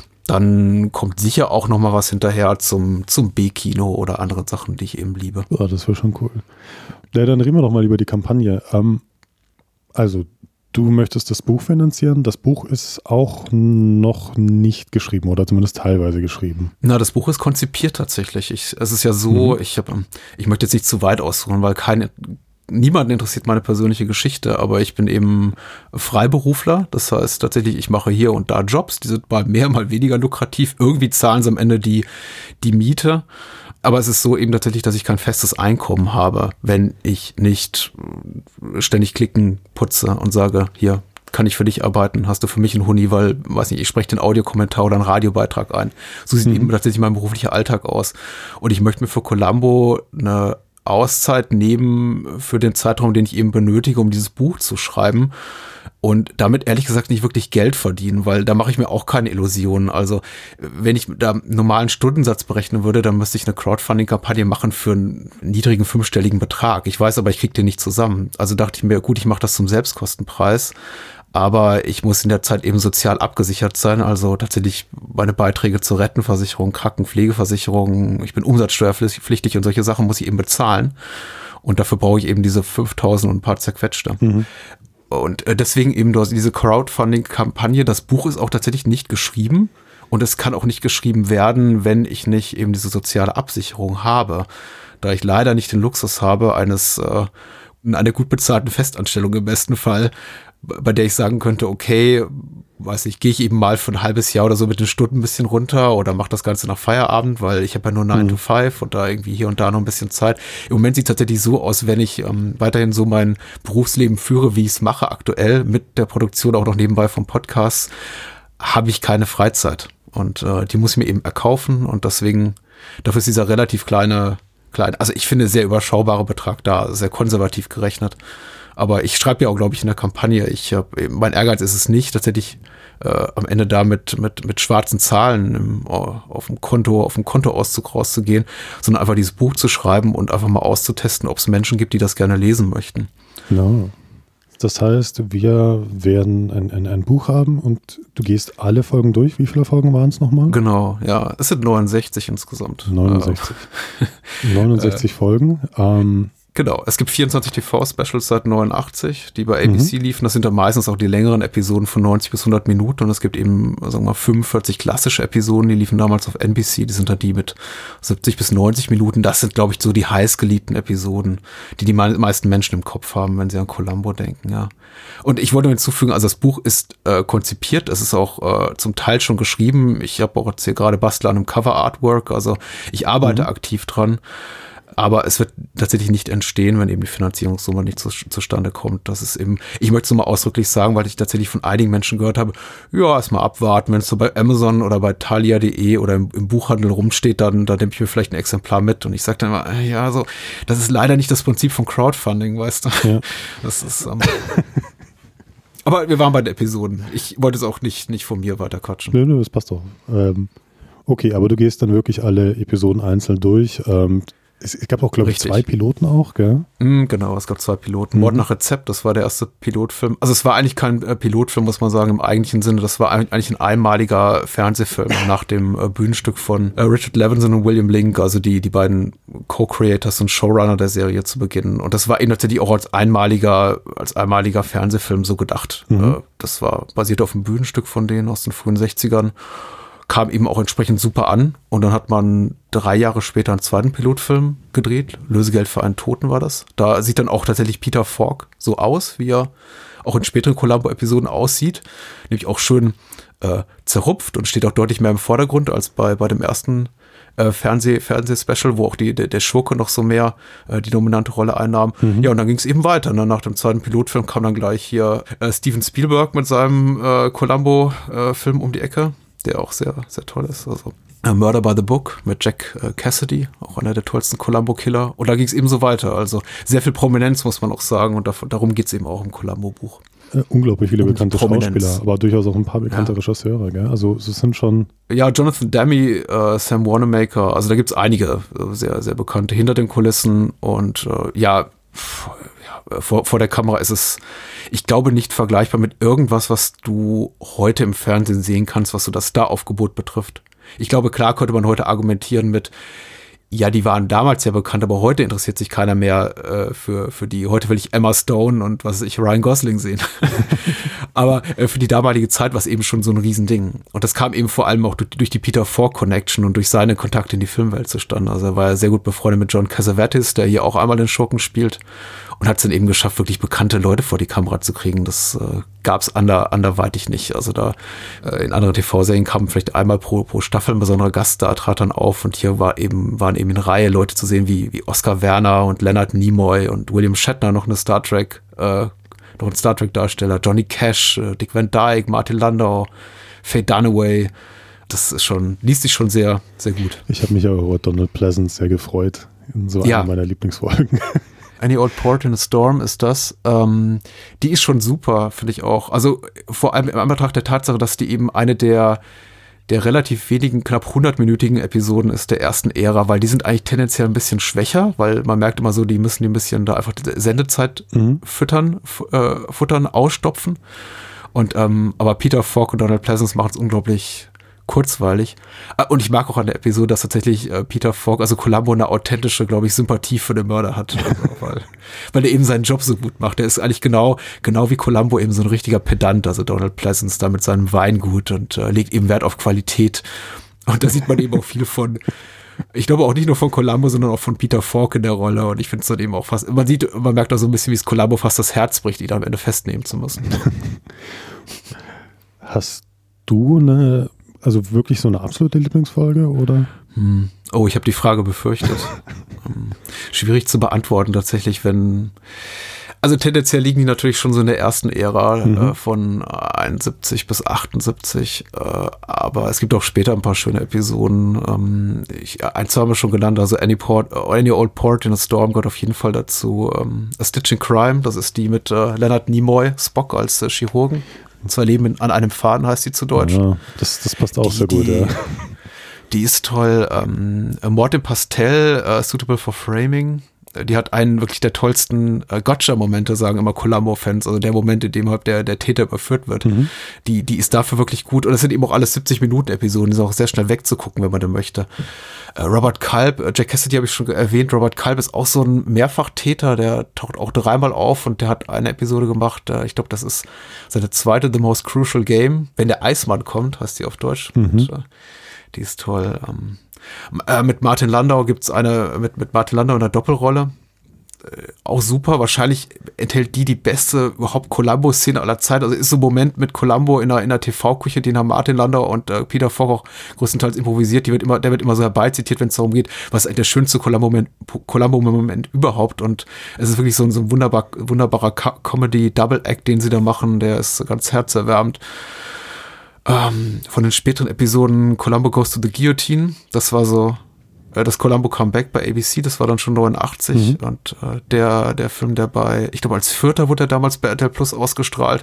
dann kommt sicher auch noch mal was hinterher zum B-Kino oder anderen Sachen, die ich eben liebe. Ja, das wäre schon cool. Ja, dann reden wir doch mal über die Kampagne. Also, du möchtest das Buch finanzieren. Das Buch ist auch noch nicht geschrieben oder zumindest teilweise geschrieben. Na, das Buch ist konzipiert tatsächlich. Es ist ja so, ich möchte jetzt nicht zu weit ausholen, weil niemanden interessiert meine persönliche Geschichte, aber ich bin eben Freiberufler. Das heißt tatsächlich, ich mache hier und da Jobs, die sind mal mehr, mal weniger lukrativ. Irgendwie zahlen sie am Ende die Miete. Aber es ist so eben tatsächlich, dass ich kein festes Einkommen habe, wenn ich nicht ständig Klicken putze und sage, hier, kann ich für dich arbeiten, hast du für mich einen Huni, weil, weiß nicht, ich spreche den Audiokommentar oder einen Radiobeitrag ein. So sieht eben tatsächlich mein beruflicher Alltag aus. Und ich möchte mir für Columbo eine Auszeit nehmen für den Zeitraum, den ich eben benötige, um dieses Buch zu schreiben. Und damit ehrlich gesagt nicht wirklich Geld verdienen, weil da mache ich mir auch keine Illusionen. Also wenn ich da einen normalen Stundensatz berechnen würde, dann müsste ich eine Crowdfunding-Kampagne machen für einen niedrigen 5-stelligen Betrag. Ich weiß aber, ich kriege den nicht zusammen. Also dachte ich mir, gut, ich mache das zum Selbstkostenpreis. Aber ich muss in der Zeit eben sozial abgesichert sein, also tatsächlich meine Beiträge zur Rentenversicherung, Krankenpflegeversicherung, ich bin umsatzsteuerpflichtig und solche Sachen muss ich eben bezahlen. Und dafür brauche ich eben diese 5.000 und ein paar zerquetschte. Und deswegen eben diese Crowdfunding-Kampagne. Das Buch ist auch tatsächlich nicht geschrieben und es kann auch nicht geschrieben werden, wenn ich nicht eben diese soziale Absicherung habe. Da ich leider nicht den Luxus habe, einer gut bezahlten Festanstellung im besten Fall, bei der ich sagen könnte, okay, weiß ich, gehe ich eben mal für ein halbes Jahr oder so mit den Stunden ein bisschen runter oder mache das Ganze nach Feierabend, weil ich habe ja nur 9 to 5 und da irgendwie hier und da noch ein bisschen Zeit. Im Moment sieht es tatsächlich so aus, wenn ich weiterhin so mein Berufsleben führe, wie ich es mache aktuell, mit der Produktion auch noch nebenbei vom Podcast, habe ich keine Freizeit. Und die muss ich mir eben erkaufen und dafür ist dieser relativ kleine, also ich finde sehr überschaubare Betrag da, sehr konservativ gerechnet. Aber ich schreibe ja auch, glaube ich, in der Kampagne, mein Ehrgeiz ist es nicht, tatsächlich am Ende da mit schwarzen Zahlen auf dem Kontoauszug rauszugehen, sondern einfach dieses Buch zu schreiben und einfach mal auszutesten, ob es Menschen gibt, die das gerne lesen möchten. Genau. Das heißt, wir werden ein Buch haben und du gehst alle Folgen durch. Wie viele Folgen waren es nochmal? Genau, ja. Es sind 69 insgesamt. 69. 69 Folgen. Genau, es gibt 24 TV-Specials seit 89, die bei ABC liefen. Das sind dann meistens auch die längeren Episoden von 90 bis 100 Minuten. Und es gibt eben, sagen wir mal, 45 klassische Episoden, die liefen damals auf NBC. Die sind dann die mit 70 bis 90 Minuten. Das sind, glaube ich, so die heißgeliebten Episoden, die meisten Menschen im Kopf haben, wenn sie an Columbo denken, ja. Und ich wollte hinzufügen, also das Buch ist konzipiert. Es ist auch zum Teil schon geschrieben. Ich habe auch jetzt hier gerade Bastel an einem Cover-Artwork. Also ich arbeite aktiv dran. Aber es wird tatsächlich nicht entstehen, wenn eben die Finanzierungssumme nicht zustande kommt. Das ist eben, ich möchte es nur mal ausdrücklich sagen, weil ich tatsächlich von einigen Menschen gehört habe, ja, erstmal abwarten, wenn es so bei Amazon oder bei Thalia.de oder im Buchhandel rumsteht, dann nehme ich mir vielleicht ein Exemplar mit. Und ich sage dann immer, ja, so, das ist leider nicht das Prinzip von Crowdfunding, weißt du. Ja. Das ist, aber wir waren bei den Episoden. Ich wollte es auch nicht von mir weiter quatschen. Nö, das passt doch. Okay, aber du gehst dann wirklich alle Episoden einzeln durch. Es gab auch, glaube ich, 2 Piloten auch, gell? Genau, es gab 2 Piloten. Mord nach Rezept, das war der erste Pilotfilm. Also es war eigentlich kein Pilotfilm, muss man sagen, im eigentlichen Sinne. Das war eigentlich ein einmaliger Fernsehfilm nach dem Bühnenstück von Richard Levinson und William Link, also die beiden Co-Creators und Showrunner der Serie zu Beginn. Und das war eben natürlich auch als einmaliger Fernsehfilm so gedacht. Das war basiert auf einem Bühnenstück von denen aus den frühen 60ern. Kam eben auch entsprechend super an und dann hat man 3 Jahre später einen zweiten Pilotfilm gedreht. Lösegeld für einen Toten war das. Da sieht dann auch tatsächlich Peter Falk so aus, wie er auch in späteren Columbo-Episoden aussieht. Nämlich auch schön zerrupft und steht auch deutlich mehr im Vordergrund als bei dem ersten Fernsehspecial, wo auch der Schurke noch so mehr die dominante Rolle einnahm. Ja, und dann ging es eben weiter. Ne? Nach dem zweiten Pilotfilm kam dann gleich hier Steven Spielberg mit seinem Columbo-Film um die Ecke, der auch sehr, sehr toll ist. Also Murder by the Book mit Jack Cassidy, auch einer der tollsten Columbo-Killer. Und da ging es eben so weiter. Also sehr viel Prominenz, muss man auch sagen. Und darum geht es eben auch im Columbo-Buch. Unglaublich viele bekannte Schauspieler, aber durchaus auch ein paar bekannte Regisseure. Gell? Also es sind schon... Ja, Jonathan Demme, Sam Wanamaker, also da gibt es einige sehr, sehr bekannte hinter den Kulissen. Und vor der Kamera ist es, ich glaube, nicht vergleichbar mit irgendwas, was du heute im Fernsehen sehen kannst, was so das Star-Aufgebot betrifft. Ich glaube, klar könnte man heute argumentieren mit, ja, die waren damals ja bekannt, aber heute interessiert sich keiner mehr für die. Heute will ich Emma Stone und Ryan Gosling sehen. Aber für die damalige Zeit war es eben schon so ein Riesending. Und das kam eben vor allem auch durch die Peter Falk Connection und durch seine Kontakte in die Filmwelt zustande. Also er war ja sehr gut befreundet mit John Cassavetes, der hier auch einmal den Schurken spielt. Und hat es dann eben geschafft, wirklich bekannte Leute vor die Kamera zu kriegen. Das gab es anderweitig nicht. Also da in anderen TV-Serien kamen vielleicht einmal pro Staffel ein besonderer Gast, da trat dann auf. Und hier waren eben eine Reihe Leute zu sehen, wie Oscar Werner und Leonard Nimoy und William Shatner, noch ein Star Trek-Darsteller, Johnny Cash, Dick Van Dyke, Martin Landau, Faye Dunaway. Das ist liest sich schon sehr, sehr gut. Ich habe mich aber über Donald Pleasence sehr gefreut in so einer meiner Lieblingsfolgen. Any Old Port in a Storm ist das. Die ist schon super, finde ich auch. Also vor allem im Anbetracht der Tatsache, dass die eben eine der relativ wenigen, knapp 100-minütigen Episoden ist der ersten Ära, weil die sind eigentlich tendenziell ein bisschen schwächer, weil man merkt immer so, die müssen ein bisschen da einfach die Sendezeit futtern, ausstopfen. Und aber Peter Falk und Donald Pleasence machen es unglaublich kurzweilig. Und ich mag auch an der Episode, dass tatsächlich Peter Falk, also Columbo, eine authentische, glaube ich, Sympathie für den Mörder hat. Also, weil er eben seinen Job so gut macht. Der ist eigentlich genau wie Columbo eben so ein richtiger Pedant, also Donald Pleasence da mit seinem Weingut und legt eben Wert auf Qualität. Und da sieht man eben auch viel von, ich glaube auch nicht nur von Columbo, sondern auch von Peter Falk in der Rolle. Und ich finde es dann eben auch fast, man merkt da so ein bisschen, wie es Columbo fast das Herz bricht, ihn am Ende festnehmen zu müssen. Hast du also wirklich so eine absolute Lieblingsfolge, oder? Oh, ich habe die Frage befürchtet. Schwierig zu beantworten tatsächlich, also tendenziell liegen die natürlich schon so in der ersten Ära von 71 bis 78, aber es gibt auch später ein paar schöne Episoden. Eins haben wir schon genannt, also Any Old Port in a Storm gehört auf jeden Fall dazu. A Stitch in Crime, das ist die mit Leonard Nimoy, Spock als Chirurgen. 2 Leben an einem Faden heißt die zu Deutsch. Ja, das passt auch sehr gut, ja. Die ist toll. Mord im Pastell, Suitable for Framing. Die hat einen wirklich der tollsten Gotcha-Momente, sagen immer Columbo-Fans. Also der Moment, in dem halt der Täter überführt wird. Die ist dafür wirklich gut. Und es sind eben auch alles 70-Minuten-Episoden. Die sind auch sehr schnell wegzugucken, wenn man denn möchte. Robert Culp, Jack Cassidy habe ich schon erwähnt. Robert Culp ist auch so ein Mehrfachtäter. Der taucht auch 3-mal auf und der hat eine Episode gemacht. Ich glaube, das ist seine zweite The Most Crucial Game. Wenn der Eismann kommt, heißt die auf Deutsch. Und, die ist toll. Mit Martin Landau gibt's eine, mit Martin Landau in der Doppelrolle. Auch super. Wahrscheinlich enthält die beste überhaupt Columbo-Szene aller Zeit. Also ist so ein Moment mit Columbo in einer TV-Küche, den haben Martin Landau und Peter Falk auch größtenteils improvisiert. Der wird immer so herbeizitiert, wenn es darum geht, was ist eigentlich der schönste Columbo-Moment überhaupt. Und es ist wirklich so ein wunderbarer Comedy-Double-Act, den sie da machen. Der ist ganz herzerwärmend. Von den späteren Episoden Columbo Goes to the Guillotine, das war so das Columbo Comeback bei ABC, das war dann schon 89 und der Film, der ich glaube als 4. wurde er damals bei RTL Plus ausgestrahlt.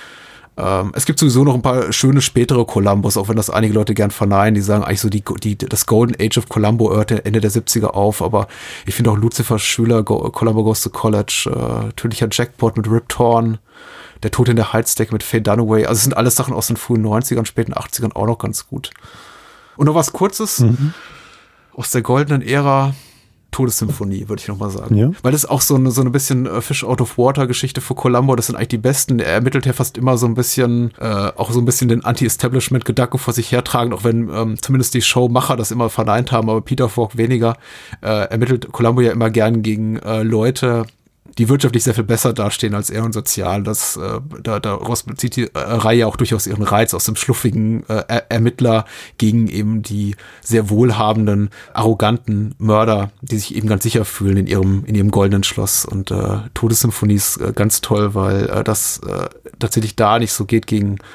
Es gibt sowieso noch ein paar schöne spätere Columbos, auch wenn das einige Leute gern verneinen, die sagen eigentlich so das Golden Age of Columbo hörte Ende der 70er auf, aber ich finde auch Lucifers Schüler, Columbo Goes to College, Tödlicher Jackpot mit Rip Torn, Der Tod in der Heizdecke mit Faye Dunaway. Also es sind alles Sachen aus den frühen 90ern, späten 80ern auch noch ganz gut. Und noch was Kurzes aus der goldenen Ära, Todessymphonie, würde ich noch mal sagen. Ja. Weil das ist auch so eine bisschen Fish out of water Geschichte für Columbo. Das sind eigentlich die besten. Er ermittelt ja fast immer so ein bisschen, auch so ein bisschen den Anti-Establishment-Gedanken vor sich hertragen, auch wenn zumindest die Showmacher das immer verneint haben, aber Peter Falk weniger. Ermittelt Columbo ja immer gern gegen Leute, die wirtschaftlich sehr viel besser dastehen als er und sozial. Daraus bezieht die Reihe auch durchaus ihren Reiz aus dem schluffigen Ermittler gegen eben die sehr wohlhabenden, arroganten Mörder, die sich eben ganz sicher fühlen in ihrem goldenen Schloss. Und Todessymphonie ist ganz toll, weil das tatsächlich da nicht so geht gegen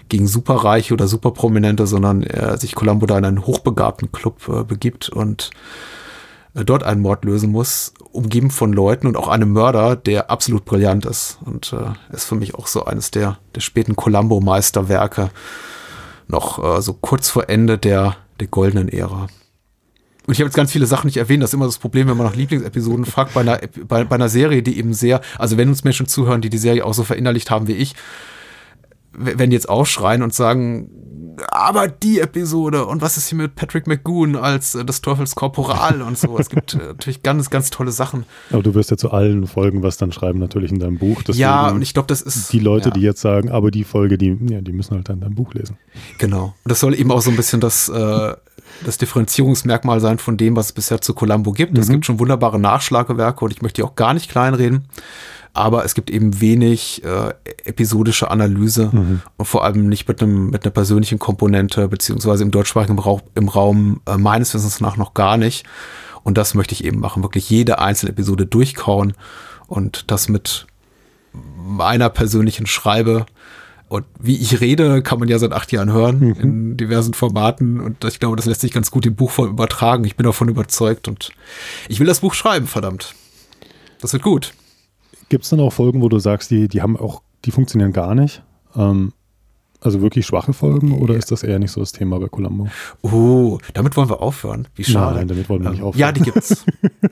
gegen Superreiche oder Superprominente, sondern sich Columbo da in einen hochbegabten Club begibt und dort einen Mord lösen muss, umgeben von Leuten und auch einem Mörder, der absolut brillant ist. Und ist für mich auch so eines der späten Columbo-Meisterwerke, noch so kurz vor Ende der goldenen Ära. Und ich habe jetzt ganz viele Sachen nicht erwähnt. Das ist immer das Problem, wenn man nach Lieblingsepisoden fragt, bei einer Serie, die eben sehr, also wenn uns Menschen zuhören, die Serie auch so verinnerlicht haben wie ich, wenn die jetzt aufschreien und sagen, aber die Episode und was ist hier mit Patrick McGoon als des Teufels Korporal und so. Es gibt natürlich ganz, ganz tolle Sachen. Aber du wirst ja zu allen Folgen was dann schreiben, natürlich in deinem Buch. Deswegen ja, und ich glaube, das ist... Die Leute, die jetzt sagen, aber die Folge, die müssen halt dann dein Buch lesen. Genau. Und das soll eben auch so ein bisschen das Differenzierungsmerkmal sein von dem, was es bisher zu Columbo gibt. Es gibt schon wunderbare Nachschlagewerke und ich möchte die auch gar nicht kleinreden. Aber es gibt eben wenig episodische Analyse und vor allem nicht mit einer persönlichen Komponente, beziehungsweise im deutschsprachigen Raum meines Wissens nach noch gar nicht. Und das möchte ich eben machen, wirklich jede einzelne Episode durchkauen und das mit meiner persönlichen Schreibe. Und wie ich rede, kann man ja seit 8 Jahren hören in diversen Formaten. Und ich glaube, das lässt sich ganz gut in Buchform übertragen. Ich bin davon überzeugt und ich will das Buch schreiben, verdammt. Das wird gut. Gibt es dann auch Folgen, wo du sagst, die funktionieren gar nicht? Also wirklich schwache Folgen oder ist das eher nicht so das Thema bei Columbo? Oh, damit wollen wir aufhören. Wie schade. Nein, damit wollen wir nicht aufhören. Ja, die gibt's.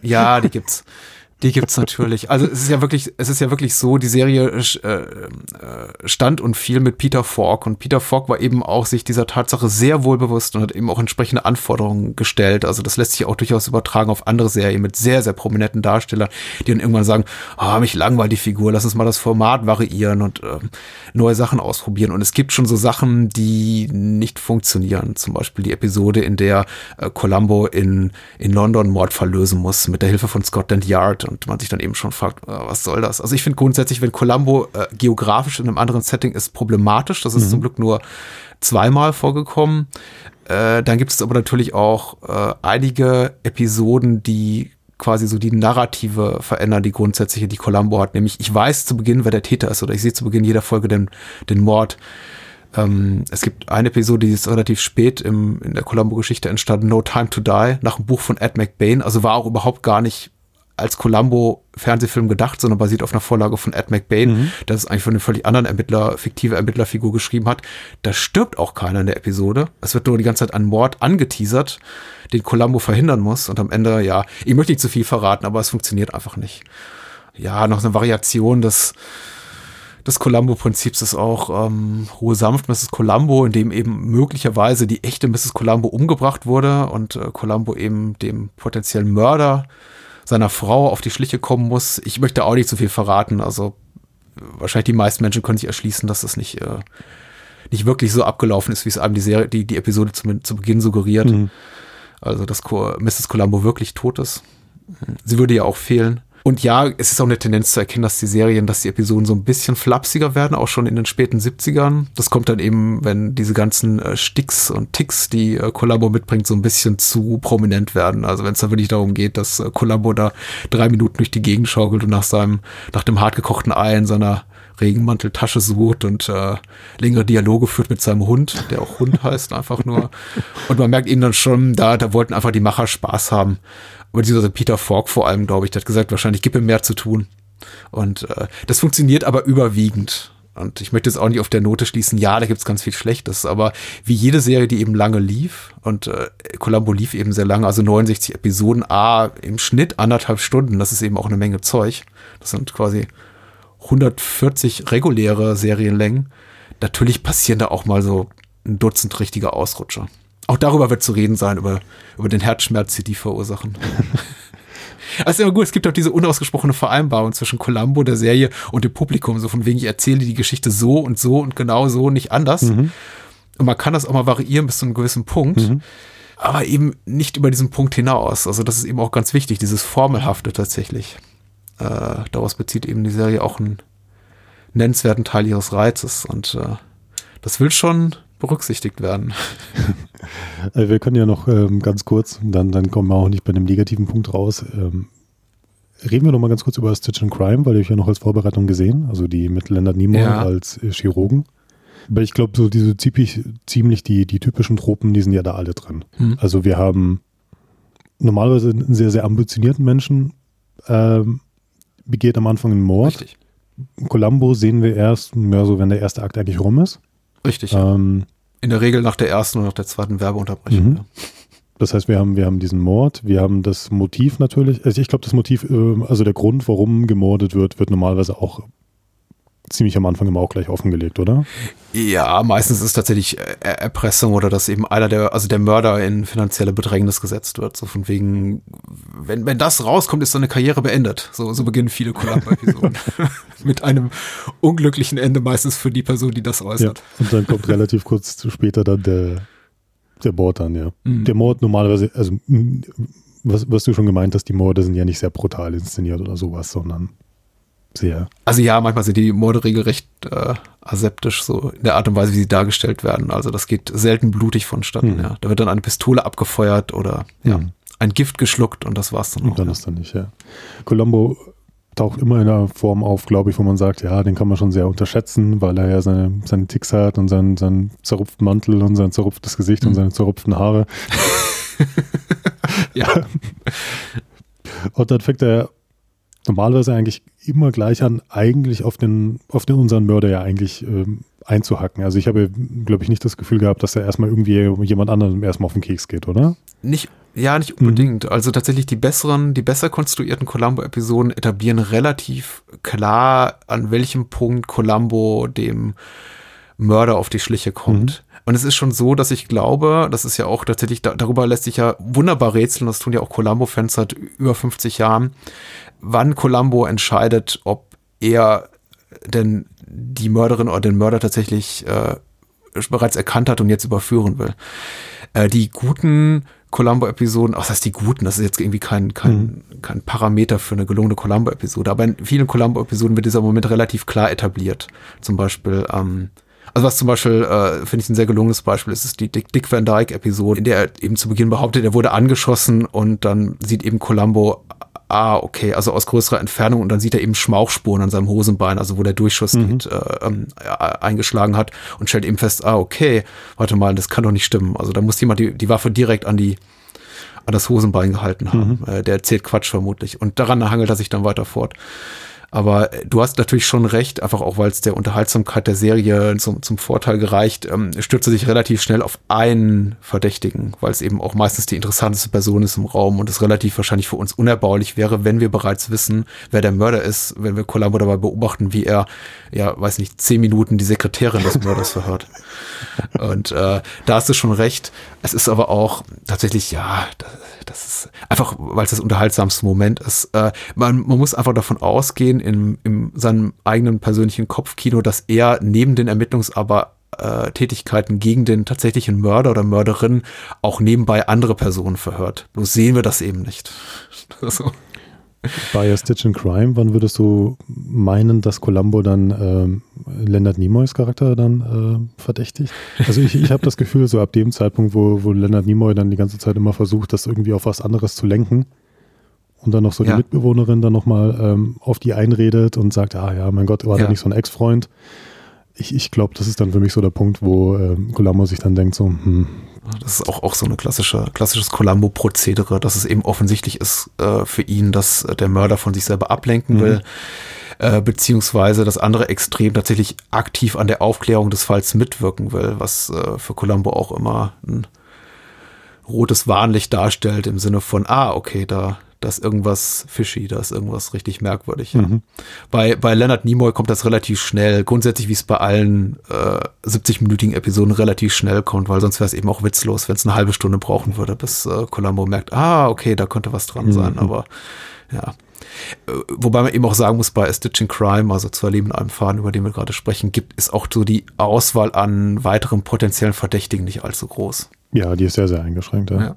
Die gibt's natürlich. Also es ist ja wirklich so, die Serie stand und fiel mit Peter Falk und Peter Falk war eben auch sich dieser Tatsache sehr wohl bewusst und hat eben auch entsprechende Anforderungen gestellt. Also das lässt sich auch durchaus übertragen auf andere Serien mit sehr, sehr prominenten Darstellern, die dann irgendwann sagen, mich langweilt die Figur, lass uns mal das Format variieren und neue Sachen ausprobieren. Und es gibt schon so Sachen, die nicht funktionieren. Zum Beispiel die Episode, in der Columbo in London Mordfall lösen muss mit der Hilfe von Scotland Yard. Und man sich dann eben schon fragt, was soll das? Also ich finde grundsätzlich, wenn Columbo geografisch in einem anderen Setting ist, problematisch. Das ist zum Glück nur 2-mal vorgekommen. Dann gibt es aber natürlich auch einige Episoden, die quasi so die Narrative verändern, die grundsätzliche, die Columbo hat. Nämlich, ich weiß zu Beginn, wer der Täter ist oder ich sehe zu Beginn jeder Folge den Mord. Es gibt eine Episode, die ist relativ spät in der Columbo-Geschichte entstanden, No Time to Die, nach einem Buch von Ed McBain. Also war auch überhaupt gar nicht als Columbo-Fernsehfilm gedacht, sondern basiert auf einer Vorlage von Ed McBain, das es eigentlich von einem völlig anderen fiktive Ermittlerfigur geschrieben hat. Da stirbt auch keiner in der Episode. Es wird nur die ganze Zeit ein Mord angeteasert, den Columbo verhindern muss. Und am Ende, ja, ich möchte nicht zu viel verraten, aber es funktioniert einfach nicht. Ja, noch eine Variation des Columbo-Prinzips ist auch Ruhe sanft, Mrs. Columbo, in dem eben möglicherweise die echte Mrs. Columbo umgebracht wurde und Columbo eben dem potenziellen Mörder seiner Frau auf die Schliche kommen muss. Ich möchte auch nicht zu viel verraten. Also wahrscheinlich die meisten Menschen können sich erschließen, dass das nicht wirklich so abgelaufen ist, wie es einem die Episode zu Beginn suggeriert. Also dass Mrs. Columbo wirklich tot ist. Sie würde ja auch fehlen. Und ja, es ist auch eine Tendenz zu erkennen, dass die Episoden so ein bisschen flapsiger werden, auch schon in den späten 70ern. Das kommt dann eben, wenn diese ganzen Sticks und Ticks, die Columbo mitbringt, so ein bisschen zu prominent werden. Also wenn es dann wirklich darum geht, dass Columbo da 3 Minuten durch die Gegend schaukelt und nach dem hartgekochten Ei in seiner Regenmanteltasche sucht und längere Dialoge führt mit seinem Hund, der auch Hund heißt, einfach nur. Und man merkt ihnen dann schon, da wollten einfach die Macher Spaß haben. Aber dieser Peter Falk vor allem, glaube ich, der hat gesagt, wahrscheinlich gibt ihm mehr zu tun. Und das funktioniert aber überwiegend. Und ich möchte jetzt auch nicht auf der Note schließen, ja, da gibt es ganz viel Schlechtes, aber wie jede Serie, die eben lange lief, und Columbo lief eben sehr lange, also 69 Episoden, im Schnitt 1,5 Stunden, das ist eben auch eine Menge Zeug. Das sind quasi 140 reguläre Serienlängen. Natürlich passieren da auch mal so ein Dutzend richtige Ausrutscher. Auch darüber wird zu reden sein, über den Herzschmerz, die verursachen. Also immer gut, es gibt auch diese unausgesprochene Vereinbarung zwischen Columbo, der Serie, und dem Publikum, so von wegen, ich erzähle die Geschichte so und genau so, nicht anders. Und man kann das auch mal variieren bis zu einem gewissen Punkt, aber eben nicht über diesen Punkt hinaus. Also das ist eben auch ganz wichtig, dieses Formelhafte tatsächlich. Daraus bezieht eben die Serie auch einen nennenswerten Teil ihres Reizes und das will schon berücksichtigt werden. Wir können ja noch ganz kurz, dann kommen wir auch nicht bei einem negativen Punkt raus. Reden wir noch mal ganz kurz über Stitch and Crime, weil ich ja noch als Vorbereitung gesehen, also die mit Leonard Nimoy als Chirurgen. Aber ich glaube, so diese ziemlich die typischen Tropen, die sind ja da alle drin. Also wir haben normalerweise einen sehr, sehr ambitionierten Menschen, begeht am Anfang einen Mord. Richtig. Columbo sehen wir erst, so wenn der erste Akt eigentlich rum ist. Richtig. In der Regel nach der ersten und nach der zweiten Werbeunterbrechung. Ja. Das heißt, wir haben diesen Mord, wir haben das Motiv natürlich. Also ich glaube, das Motiv, also der Grund, warum gemordet wird normalerweise auch ziemlich am Anfang immer auch gleich offengelegt, oder? Ja, meistens ist es tatsächlich Erpressung oder dass eben der Mörder in finanzielle Bedrängnis gesetzt wird. So von wegen, wenn das rauskommt, ist seine Karriere beendet. So beginnen viele Columbo-Episoden. Mit einem unglücklichen Ende meistens für die Person, die das äußert. Ja, und dann kommt relativ kurz später dann der Mord an, ja. Der Mord normalerweise, also was du schon gemeint hast, die Morde sind ja nicht sehr brutal inszeniert oder sowas, sondern sehr. Also ja, manchmal sind die Morde regelrecht aseptisch, so in der Art und Weise, wie sie dargestellt werden. Also das geht selten blutig vonstatten, ja. Da wird dann eine Pistole abgefeuert oder ein Gift geschluckt und das war's dann auch. Und dann ist dann nicht, ja. Columbo taucht immer in einer Form auf, glaube ich, wo man sagt, ja, den kann man schon sehr unterschätzen, weil er ja seine Ticks hat und seinen zerrupften Mantel und sein zerrupftes Gesicht und seine zerrupften Haare. Ja. Und dann fängt er normalerweise eigentlich immer gleich an, eigentlich auf unseren Mörder ja eigentlich einzuhacken. Also ich habe, glaube ich, nicht das Gefühl gehabt, dass er erstmal irgendwie jemand anderem erstmal auf den Keks geht, oder? Nicht unbedingt. Also tatsächlich die besser konstruierten Columbo-Episoden etablieren relativ klar, an welchem Punkt Columbo dem Mörder auf die Schliche kommt. Und es ist schon so, dass ich glaube, das ist ja auch tatsächlich, darüber lässt sich ja wunderbar rätseln, das tun ja auch Columbo-Fans seit über 50 Jahren, wann Columbo entscheidet, ob er denn die Mörderin oder den Mörder tatsächlich bereits erkannt hat und jetzt überführen will. Die guten Columbo-Episoden, das heißt die guten, das ist jetzt irgendwie kein Parameter für eine gelungene Columbo-Episode, aber in vielen Columbo-Episoden wird dieser Moment relativ klar etabliert. Zum Beispiel, finde ich ein sehr gelungenes Beispiel, ist die Dick Van Dyke-Episode, in der er eben zu Beginn behauptet, er wurde angeschossen und dann sieht eben Columbo, okay, also aus größerer Entfernung und dann sieht er eben Schmauchspuren an seinem Hosenbein, also wo der Durchschuss eingeschlagen hat und stellt eben fest, okay, warte mal, das kann doch nicht stimmen. Also da muss jemand die Waffe direkt an das Hosenbein gehalten haben. Der erzählt Quatsch vermutlich. Und daran hangelt er sich dann weiter fort. Aber du hast natürlich schon recht, einfach auch, weil es der Unterhaltsamkeit der Serie zum Vorteil gereicht, stürzt er sich relativ schnell auf einen Verdächtigen, weil es eben auch meistens die interessanteste Person ist im Raum und es relativ wahrscheinlich für uns unerbaulich wäre, wenn wir bereits wissen, wer der Mörder ist, wenn wir Columbo dabei beobachten, wie er, 10 Minuten die Sekretärin des Mörders verhört. Und da hast du schon recht. Es ist aber auch tatsächlich, das ist einfach, weil es das unterhaltsamste Moment ist. Man muss einfach davon ausgehen, in seinem eigenen persönlichen Kopfkino, dass er neben den Tätigkeiten gegen den tatsächlichen Mörder oder Mörderin auch nebenbei andere Personen verhört. Bloß sehen wir das eben nicht. So. Bei Stitch in Crime, wann würdest du meinen, dass Columbo dann Leonard Nimoys Charakter dann verdächtigt? Also ich habe das Gefühl, so ab dem Zeitpunkt, wo Leonard Nimoy dann die ganze Zeit immer versucht, das irgendwie auf was anderes zu lenken und dann noch so die Mitbewohnerin dann nochmal auf die einredet und sagt, mein Gott, war da nicht so ein Ex-Freund? Ich glaube, das ist dann für mich so der Punkt, wo Columbo sich dann denkt so, Das ist auch so eine klassisches Columbo-Prozedere, dass es eben offensichtlich ist für ihn, dass der Mörder von sich selber ablenken will, beziehungsweise das andere Extrem tatsächlich aktiv an der Aufklärung des Falls mitwirken will, was für Columbo auch immer ein rotes Warnlicht darstellt im Sinne von, okay, da ist irgendwas fishy, da ist irgendwas richtig merkwürdig. Ja. Bei Leonard Nimoy kommt das relativ schnell, grundsätzlich wie es bei allen 70-minütigen Episoden relativ schnell kommt, weil sonst wäre es eben auch witzlos, wenn es eine halbe Stunde brauchen würde, bis Columbo merkt, okay, da könnte was dran sein, aber ja. Wobei man eben auch sagen muss, bei A Stitch in Crime, also 2 Leben in einem Faden, über den wir gerade sprechen, gibt es auch so die Auswahl an weiteren potenziellen Verdächtigen nicht allzu groß. Ja, die ist sehr, sehr eingeschränkt. Ja.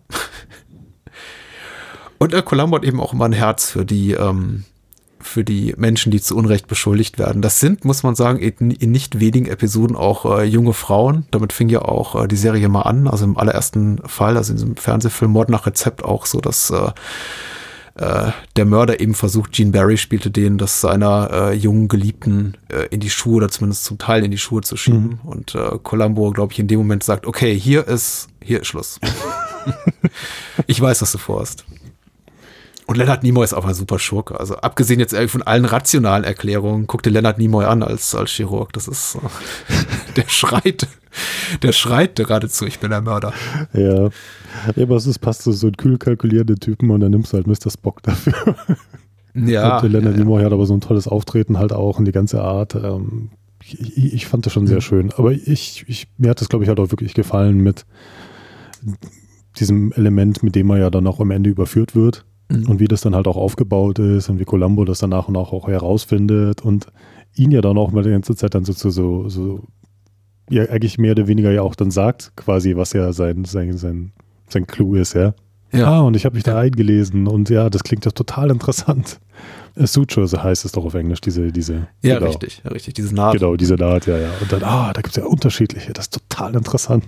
Und Columbo hat eben auch immer ein Herz für die Menschen, die zu Unrecht beschuldigt werden. Das sind, muss man sagen, in nicht wenigen Episoden auch junge Frauen. Damit fing ja auch die Serie mal an. Also im allerersten Fall, also in diesem Fernsehfilm Mord nach Rezept auch so, dass der Mörder eben versucht, Gene Barry spielte den, das seiner jungen Geliebten in die Schuhe oder zumindest zum Teil in die Schuhe zu schieben. Und Columbo, glaube ich, in dem Moment sagt, okay, hier ist Schluss. Ich weiß, was du vorhast. Und Leonard Nimoy ist auch ein super Schurke. Also abgesehen jetzt von allen rationalen Erklärungen, guck dir Leonard Nimoy an als Chirurg. Das ist, der schreit geradezu, ich bin der Mörder. Ja, aber es passt so ein kühl kalkulierender Typen und dann nimmst du halt Mr. Spock dafür. Ja. Und der Leonard Nimoy hat aber so ein tolles Auftreten halt auch und die ganze Art. Ich fand das schon sehr schön. Aber mir hat das, glaube ich, halt auch wirklich gefallen mit diesem Element, mit dem er ja dann auch am Ende überführt wird. Und wie das dann halt auch aufgebaut ist und wie Columbo das dann nach und nach auch herausfindet und ihn ja dann auch mal die ganze Zeit dann so ja eigentlich mehr oder weniger ja auch dann sagt, quasi, was ja sein Clou ist, ja. Ja. Und ich habe mich da eingelesen und ja, das klingt ja total interessant. Sutures heißt es doch auf Englisch, diese. Ja, genau. richtig, diese Naht. Genau, diese Naht, ja. Und dann, da gibt es ja unterschiedliche, das ist total interessant.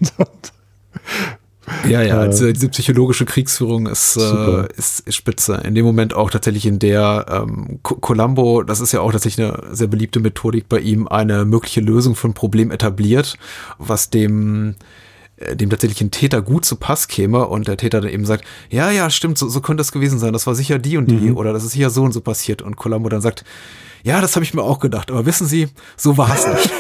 Ja, diese psychologische Kriegsführung ist spitze. In dem Moment auch tatsächlich, in der Columbo, das ist ja auch tatsächlich eine sehr beliebte Methodik bei ihm, eine mögliche Lösung für ein Problem etabliert, was dem tatsächlichen Täter gut zu Pass käme und der Täter dann eben sagt, ja, stimmt, so könnte es gewesen sein, das war sicher die und die oder das ist sicher so und so passiert und Columbo dann sagt, ja, das habe ich mir auch gedacht, aber wissen Sie, so war es nicht.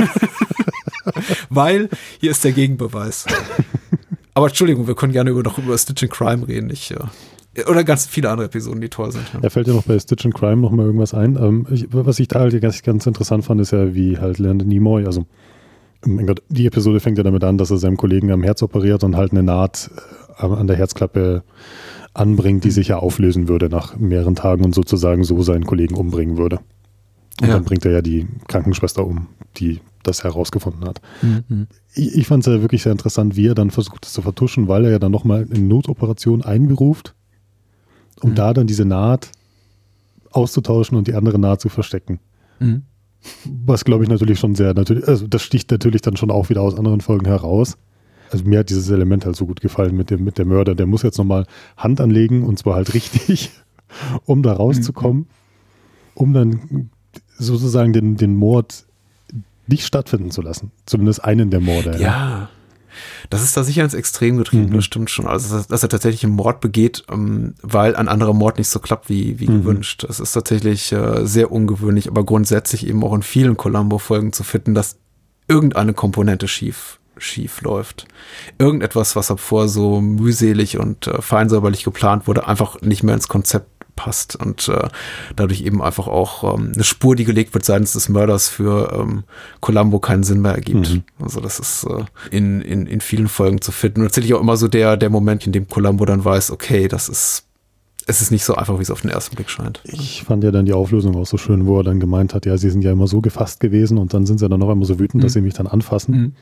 Weil hier ist der Gegenbeweis. Aber Entschuldigung, wir können gerne über Stitch in Crime reden. Oder ganz viele andere Episoden, die toll sind. Ja. Er fällt ja noch bei Stitch in Crime noch mal irgendwas ein. Was ich da halt ganz interessant fand, ist ja, wie halt Leonard Nimoy, also mein Gott, die Episode fängt ja damit an, dass er seinem Kollegen am Herz operiert und halt eine Naht an der Herzklappe anbringt, die sich ja auflösen würde nach mehreren Tagen und sozusagen so seinen Kollegen umbringen würde. Und dann bringt er ja die Krankenschwester um, die das herausgefunden hat. Ich fand es ja wirklich sehr interessant, wie er dann versucht, das zu vertuschen, weil er ja dann nochmal eine Notoperation einberuft, um da dann diese Naht auszutauschen und die andere Naht zu verstecken. Was, glaube ich, natürlich schon also das sticht natürlich dann schon auch wieder aus anderen Folgen heraus. Also mir hat dieses Element halt so gut gefallen mit der Mörder. Der muss jetzt nochmal Hand anlegen und zwar halt richtig, um da rauszukommen, um dann sozusagen den Mord nicht stattfinden zu lassen. Zumindest einen der Morde. Ja. Das ist da sicher ins Extrem getrieben, das stimmt schon. Also, dass er tatsächlich einen Mord begeht, weil ein anderer Mord nicht so klappt wie gewünscht. Das ist tatsächlich sehr ungewöhnlich, aber grundsätzlich eben auch in vielen Columbo-Folgen zu finden, dass irgendeine Komponente schief läuft. Irgendetwas, was davor so mühselig und feinsäuberlich geplant wurde, einfach nicht mehr ins Konzept passt und dadurch eben einfach auch eine Spur, die gelegt wird seitens des Mörders für Columbo keinen Sinn mehr ergibt. Also das ist in vielen Folgen zu finden. Und tatsächlich auch immer so der Moment, in dem Columbo dann weiß, okay, es ist nicht so einfach, wie es auf den ersten Blick scheint. Ich fand ja dann die Auflösung auch so schön, wo er dann gemeint hat, ja, sie sind ja immer so gefasst gewesen und dann sind sie dann noch einmal so wütend, dass sie mich dann anfassen.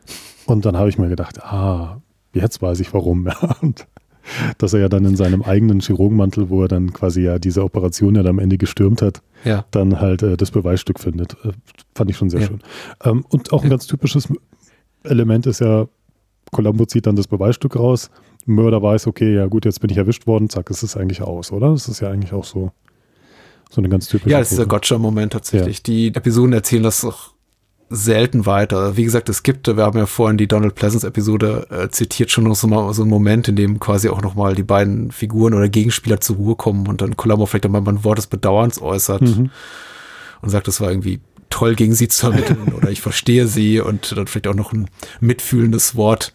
Und dann habe ich mir gedacht, jetzt weiß ich warum. Und dass er ja dann in seinem eigenen Chirurgenmantel, wo er dann quasi ja diese Operation ja dann am Ende gestürmt hat, dann halt das Beweisstück findet. Fand ich schon sehr schön. Und auch ein ganz typisches Element ist ja, Columbo zieht dann das Beweisstück raus, Mörder weiß, okay, ja gut, jetzt bin ich erwischt worden, zack, ist es eigentlich aus, oder? Das ist ja eigentlich auch so eine ganz typische. Ja, das ist der Gotcha-Moment tatsächlich. Ja. Die Episoden erzählen das doch selten weiter. Wie gesagt, wir haben ja vorhin die Donald Pleasence-Episode zitiert, schon noch so einen Moment, in dem quasi auch nochmal die beiden Figuren oder Gegenspieler zur Ruhe kommen und dann Columbo vielleicht einmal ein Wort des Bedauerns äußert und sagt, es war irgendwie toll, gegen sie zu ermitteln oder ich verstehe sie und dann vielleicht auch noch ein mitfühlendes Wort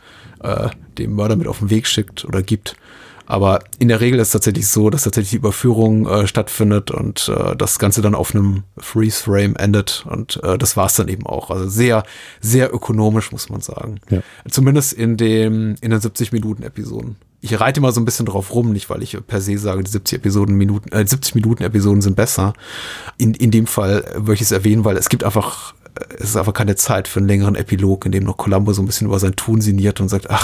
dem Mörder mit auf den Weg schickt oder gibt. Aber in der Regel ist es tatsächlich so, dass tatsächlich die Überführung stattfindet und das Ganze dann auf einem Freeze-Frame endet und das war es dann eben auch. Also sehr, sehr ökonomisch, muss man sagen. Ja. Zumindest in den 70-Minuten-Episoden. Ich reite mal so ein bisschen drauf rum, nicht weil ich per se sage, die 70-Minuten-Episoden sind besser. In dem Fall würde ich es erwähnen, weil es ist einfach keine Zeit für einen längeren Epilog, in dem noch Columbo so ein bisschen über sein Tun sinniert und sagt,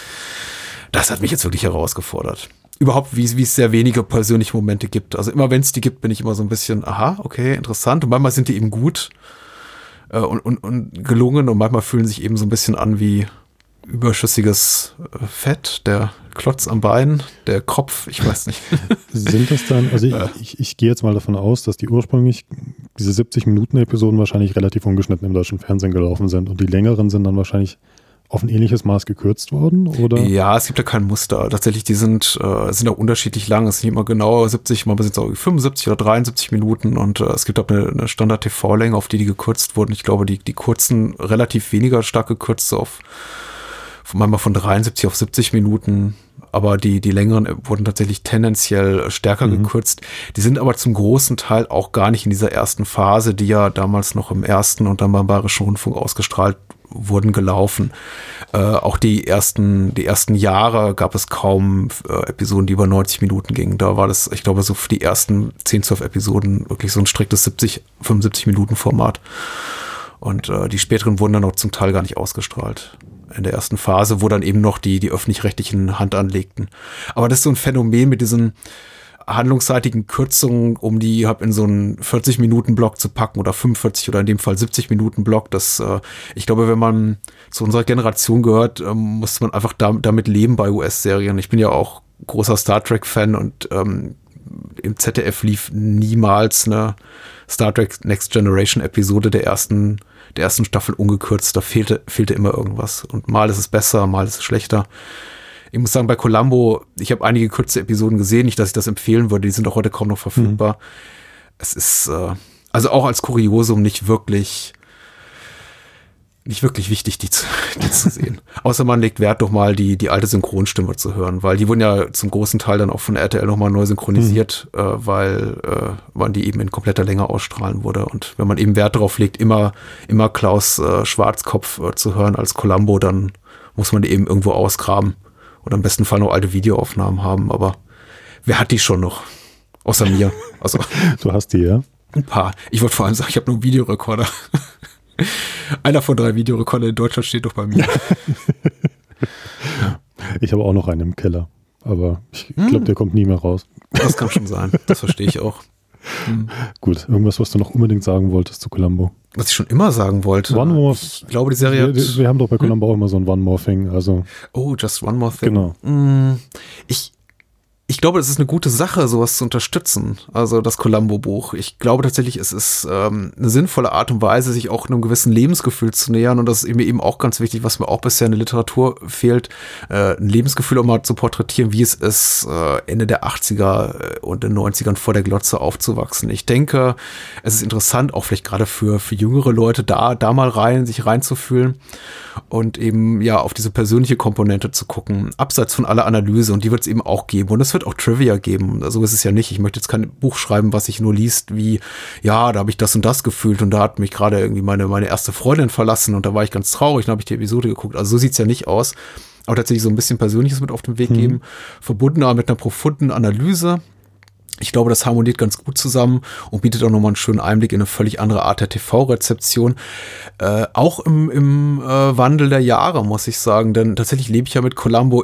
das hat mich jetzt wirklich herausgefordert. Überhaupt, wie es sehr wenige persönliche Momente gibt. Also immer wenn es die gibt, bin ich immer so ein bisschen, okay, interessant. Und manchmal sind die eben gut und gelungen und manchmal fühlen sich eben so ein bisschen an wie überschüssiges Fett, der Klotz am Bein, der Kopf, ich weiß nicht. Sind das dann, also ich gehe jetzt mal davon aus, dass diese 70-Minuten-Episoden wahrscheinlich relativ ungeschnitten im deutschen Fernsehen gelaufen sind und die längeren sind dann wahrscheinlich auf ein ähnliches Maß gekürzt worden, oder? Ja, es gibt ja kein Muster. Tatsächlich, die sind auch unterschiedlich lang. Es ist nicht immer genau 70, mal sind es auch 75 oder 73 Minuten und es gibt auch eine Standard-TV-Länge, auf die gekürzt wurden. Ich glaube, die kurzen relativ weniger stark gekürzt, so auf manchmal von 73 auf 70 Minuten, aber die längeren wurden tatsächlich tendenziell stärker gekürzt. Die sind aber zum großen Teil auch gar nicht in dieser ersten Phase, die ja damals noch im ersten und dann beim Bayerischen Rundfunk ausgestrahlt wurden, gelaufen. Auch die ersten Jahre gab es kaum Episoden, die über 90 Minuten gingen. Da war das, ich glaube, so für die ersten 10, 12 Episoden wirklich so ein striktes 75 Minuten Format. Und die späteren wurden dann auch zum Teil gar nicht ausgestrahlt. In der ersten Phase, wo dann eben noch die öffentlich-rechtlichen Hand anlegten. Aber das ist so ein Phänomen mit diesen handlungsseitigen Kürzungen, um die in so einen 40-Minuten-Block zu packen oder 45 oder in dem Fall 70-Minuten-Block. Ich glaube, wenn man zu unserer Generation gehört, muss man einfach damit leben bei US-Serien. Ich bin ja auch großer Star Trek-Fan und im ZDF lief niemals eine Star Trek Next Generation Episode der ersten Staffel ungekürzt. Da fehlte immer irgendwas. Und mal ist es besser, mal ist es schlechter. Ich muss sagen, bei Columbo, ich habe einige kurze Episoden gesehen, nicht, dass ich das empfehlen würde, die sind auch heute kaum noch verfügbar. Es ist also auch als Kuriosum nicht wirklich wichtig, die zu sehen. Außer man legt Wert, doch mal die alte Synchronstimme zu hören, weil die wurden ja zum großen Teil dann auch von RTL nochmal neu synchronisiert, weil man die eben in kompletter Länge ausstrahlen wurde. Und wenn man eben Wert darauf legt, immer Klaus Schwarzkopf zu hören als Columbo, dann muss man die eben irgendwo ausgraben. Oder im besten Fall noch alte Videoaufnahmen haben, aber wer hat die schon noch? Außer mir. Also, du hast die, ja? Ein paar. Ich wollte vor allem sagen, ich habe nur einen Videorekorder. Einer von 3 Videorekordern in Deutschland steht doch bei mir. Ich habe auch noch einen im Keller, aber ich glaube, der kommt nie mehr raus. Das kann schon sein, das verstehe ich auch. Gut, irgendwas, was du noch unbedingt sagen wolltest zu Columbo? Was ich schon immer sagen wollte. One More. Ich glaube, die Serie wir haben doch bei Columbo auch immer so ein One More Thing. Also. Oh, just one more thing. Genau. Ich glaube, es ist eine gute Sache, sowas zu unterstützen, also das Columbo-Buch. Ich glaube tatsächlich, es ist eine sinnvolle Art und Weise, sich auch einem gewissen Lebensgefühl zu nähern. Und das ist mir eben auch ganz wichtig, was mir auch bisher in der Literatur fehlt, ein Lebensgefühl auch mal zu porträtieren, wie es ist, Ende der 80er und den 90ern vor der Glotze aufzuwachsen. Ich denke, es ist interessant, auch vielleicht gerade für jüngere Leute, da mal sich reinzufühlen und eben ja auf diese persönliche Komponente zu gucken, abseits von aller Analyse. Und die wird es eben auch geben. Und es wird auch Trivia geben. So ist es ja nicht. Ich möchte jetzt kein Buch schreiben, was sich nur liest wie, ja, da habe ich das und das gefühlt und da hat mich gerade irgendwie meine erste Freundin verlassen und da war ich ganz traurig, dann habe ich die Episode geguckt. Also so sieht's ja nicht aus. Aber tatsächlich so ein bisschen Persönliches mit auf den Weg geben, verbunden aber mit einer profunden Analyse. Ich glaube, das harmoniert ganz gut zusammen und bietet auch nochmal einen schönen Einblick in eine völlig andere Art der TV-Rezeption. Auch im Wandel der Jahre, muss ich sagen, denn tatsächlich lebe ich ja mit Columbo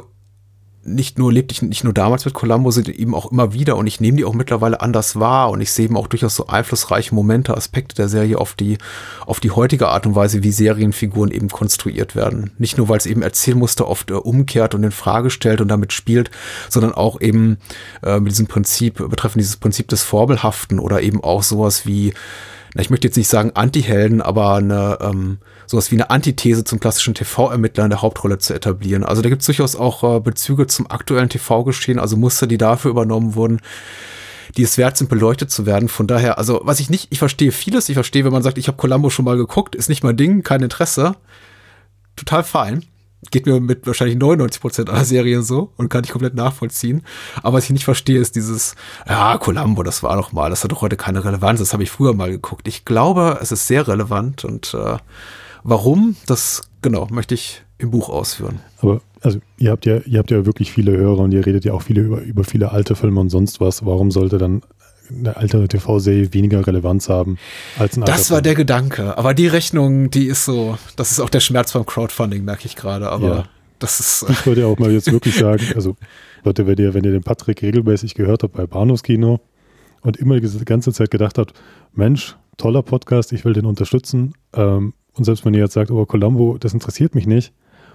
lebte ich nicht nur damals mit Columbo, sondern eben auch immer wieder und ich nehme die auch mittlerweile anders wahr und ich sehe eben auch durchaus so einflussreiche Momente, Aspekte der Serie auf die heutige Art und Weise, wie Serienfiguren eben konstruiert werden. Nicht nur, weil es eben Erzählmuster oft umkehrt und in Frage stellt und damit spielt, sondern auch eben mit diesem betreffend dieses Prinzip des Vorbelhaften oder eben auch sowas wie, ich möchte jetzt nicht sagen Anti-Helden, aber sowas wie eine Antithese zum klassischen TV-Ermittler in der Hauptrolle zu etablieren. Also da gibt es durchaus auch Bezüge zum aktuellen TV-Geschehen, also Muster, die dafür übernommen wurden, die es wert sind, beleuchtet zu werden. Von daher, also ich verstehe vieles. Ich verstehe, wenn man sagt, ich habe Columbo schon mal geguckt, ist nicht mein Ding, kein Interesse. Total fein. Geht mir mit wahrscheinlich 99% aller Serien so und kann ich komplett nachvollziehen. Aber was ich nicht verstehe, ist dieses, ja, Columbo, das war doch mal, das hat doch heute keine Relevanz, das habe ich früher mal geguckt. Ich glaube, es ist sehr relevant und warum, das genau möchte ich im Buch ausführen. Aber also ihr habt ja wirklich viele Hörer und ihr redet ja auch viele über viele alte Filme und sonst was. Warum sollte dann eine ältere TV-Serie weniger Relevanz haben als ein alter Das war Film? der Gedanke. Aber die Rechnung, die ist so, das ist auch der Schmerz beim Crowdfunding, merke ich gerade. Aber ja. Das ist... Ich wollte ja auch mal jetzt wirklich sagen, also Leute, wenn ihr den Patrick regelmäßig gehört habt bei Bahnhofskino und immer die ganze Zeit gedacht habt, Mensch, toller Podcast, ich will den unterstützen. Und selbst wenn ihr jetzt sagt, oh, Columbo, das interessiert mich nicht,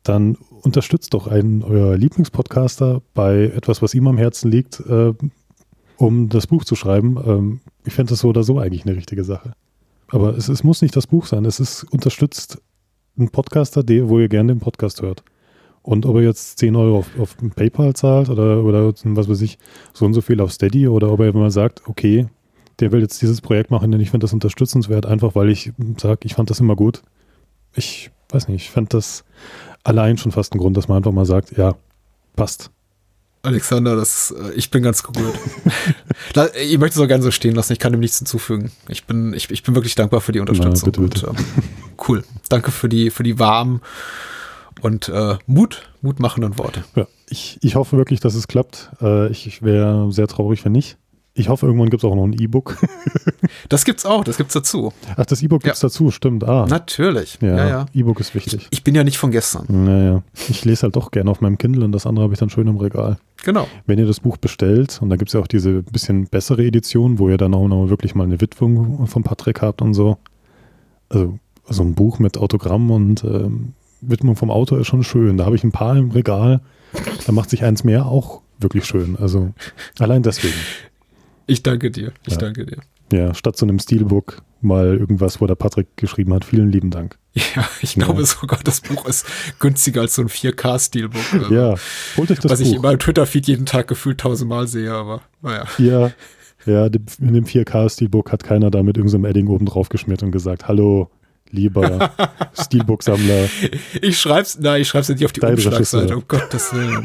dann unterstützt doch einen euer Lieblingspodcaster bei etwas, was ihm am Herzen liegt, um das Buch zu schreiben. Ich fände das so oder so eigentlich eine richtige Sache. Aber es muss nicht das Buch sein. Es ist unterstützt einen Podcaster, wo ihr gerne den Podcast hört. Und ob er jetzt 10 Euro auf PayPal zahlt oder was weiß ich, so und so viel auf Steady oder ob er mal sagt, okay, der will jetzt dieses Projekt machen, denn ich finde das unterstützenswert, einfach weil ich sage, ich fand das immer gut. Ich weiß nicht, ich fand das allein schon fast ein Grund, dass man einfach mal sagt, ja, passt. Alexander, ich bin ganz gerührt. Ich möchte es auch gerne so stehen lassen, ich kann dem nichts hinzufügen. Ich bin wirklich dankbar für die Unterstützung. Na, bitte. Und, cool. Danke für die warmen und mutmachenden Worte. Ja, ich hoffe wirklich, dass es klappt. Ich wäre sehr traurig, wenn nicht. Ich hoffe, irgendwann gibt es auch noch ein E-Book. Das gibt's auch, das gibt's dazu. Ach, das E-Book gibt's dazu, stimmt. Natürlich. Ja. E-Book ist wichtig. Ich bin ja nicht von gestern. Naja, ich lese halt doch gerne auf meinem Kindle und das andere habe ich dann schön im Regal. Genau. Wenn ihr das Buch bestellt, und da gibt es ja auch diese bisschen bessere Edition, wo ihr dann auch noch wirklich mal eine Widmung von Patrick habt und so. Also ein Buch mit Autogramm und Widmung vom Autor ist schon schön. Da habe ich ein paar im Regal. Da macht sich eins mehr auch wirklich schön. Also allein deswegen. Ich danke dir. Danke dir. Ja, statt so einem Steelbook mal irgendwas, wo der Patrick geschrieben hat. Vielen lieben Dank. Ja, ich glaube sogar, das Buch ist günstiger als so ein 4K-Steelbook. Ja, holt euch das was Buch. Ich in meinem Twitter-Feed jeden Tag gefühlt 1000-mal sehe, aber naja. Ja, in dem 4K-Steelbook hat keiner da mit irgendeinem Edding oben drauf geschmiert und gesagt, hallo, lieber Steelbook-Sammler. Ich schreib's nicht auf die Umschlagseite, um Gottes Willen.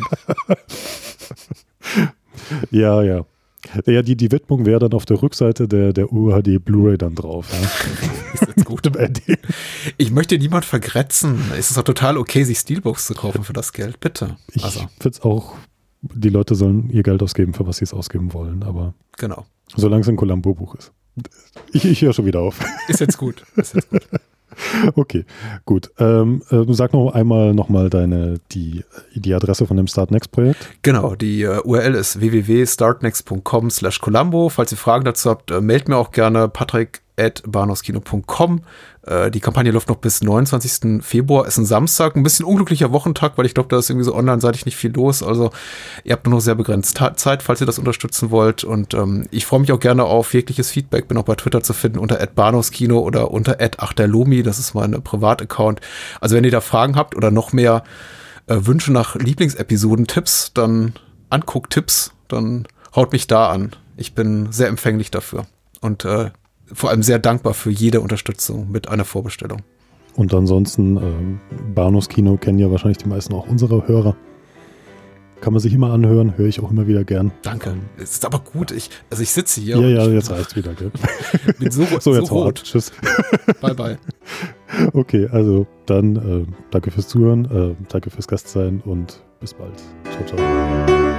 Ja. Ja, die Widmung wäre dann auf der Rückseite der UHD Blu-ray dann drauf. Ja. Ist jetzt gut im Edding. Ich möchte niemand vergrätzen. Es ist auch total okay, sich Steelbooks zu kaufen für das Geld, bitte. Ich finde es auch, die Leute sollen ihr Geld ausgeben, für was sie es ausgeben wollen, aber genau. Solange es ein Columbo-Buch ist. Ich höre schon wieder auf. Ist jetzt gut. Okay, gut. Sag noch einmal die Adresse von dem Start Next Projekt. Genau, die URL ist www.startnext.com/Columbo. Falls ihr Fragen dazu habt, meldet mir auch gerne patrick@bahnhofskino.com. Die Kampagne läuft noch bis 29. Februar, ist ein Samstag, ein bisschen unglücklicher Wochentag, weil ich glaube, da ist irgendwie so online-seitig nicht viel los. Also ihr habt nur noch sehr begrenzt Zeit, falls ihr das unterstützen wollt. Und ich freue mich auch gerne auf jegliches Feedback. Bin auch bei Twitter zu finden unter @bahnhofskino oder unter @achterlomi. Das ist mein Privataccount. Also wenn ihr da Fragen habt oder noch mehr Wünsche nach Lieblingsepisoden-Tipps, dann Anguck-Tipps, dann haut mich da an. Ich bin sehr empfänglich dafür. Und vor allem sehr dankbar für jede Unterstützung mit einer Vorbestellung. Und ansonsten, Bahnhofskino kennen ja wahrscheinlich die meisten auch unsere Hörer. Kann man sich immer anhören, höre ich auch immer wieder gern. Danke. Es ist aber gut. Ich sitze hier. Ja, jetzt reicht's wieder, gell? Bin so jetzt rot. Tschüss. Bye, bye. Okay, also dann danke fürs Zuhören, danke fürs Gastsein und bis bald. Ciao, ciao.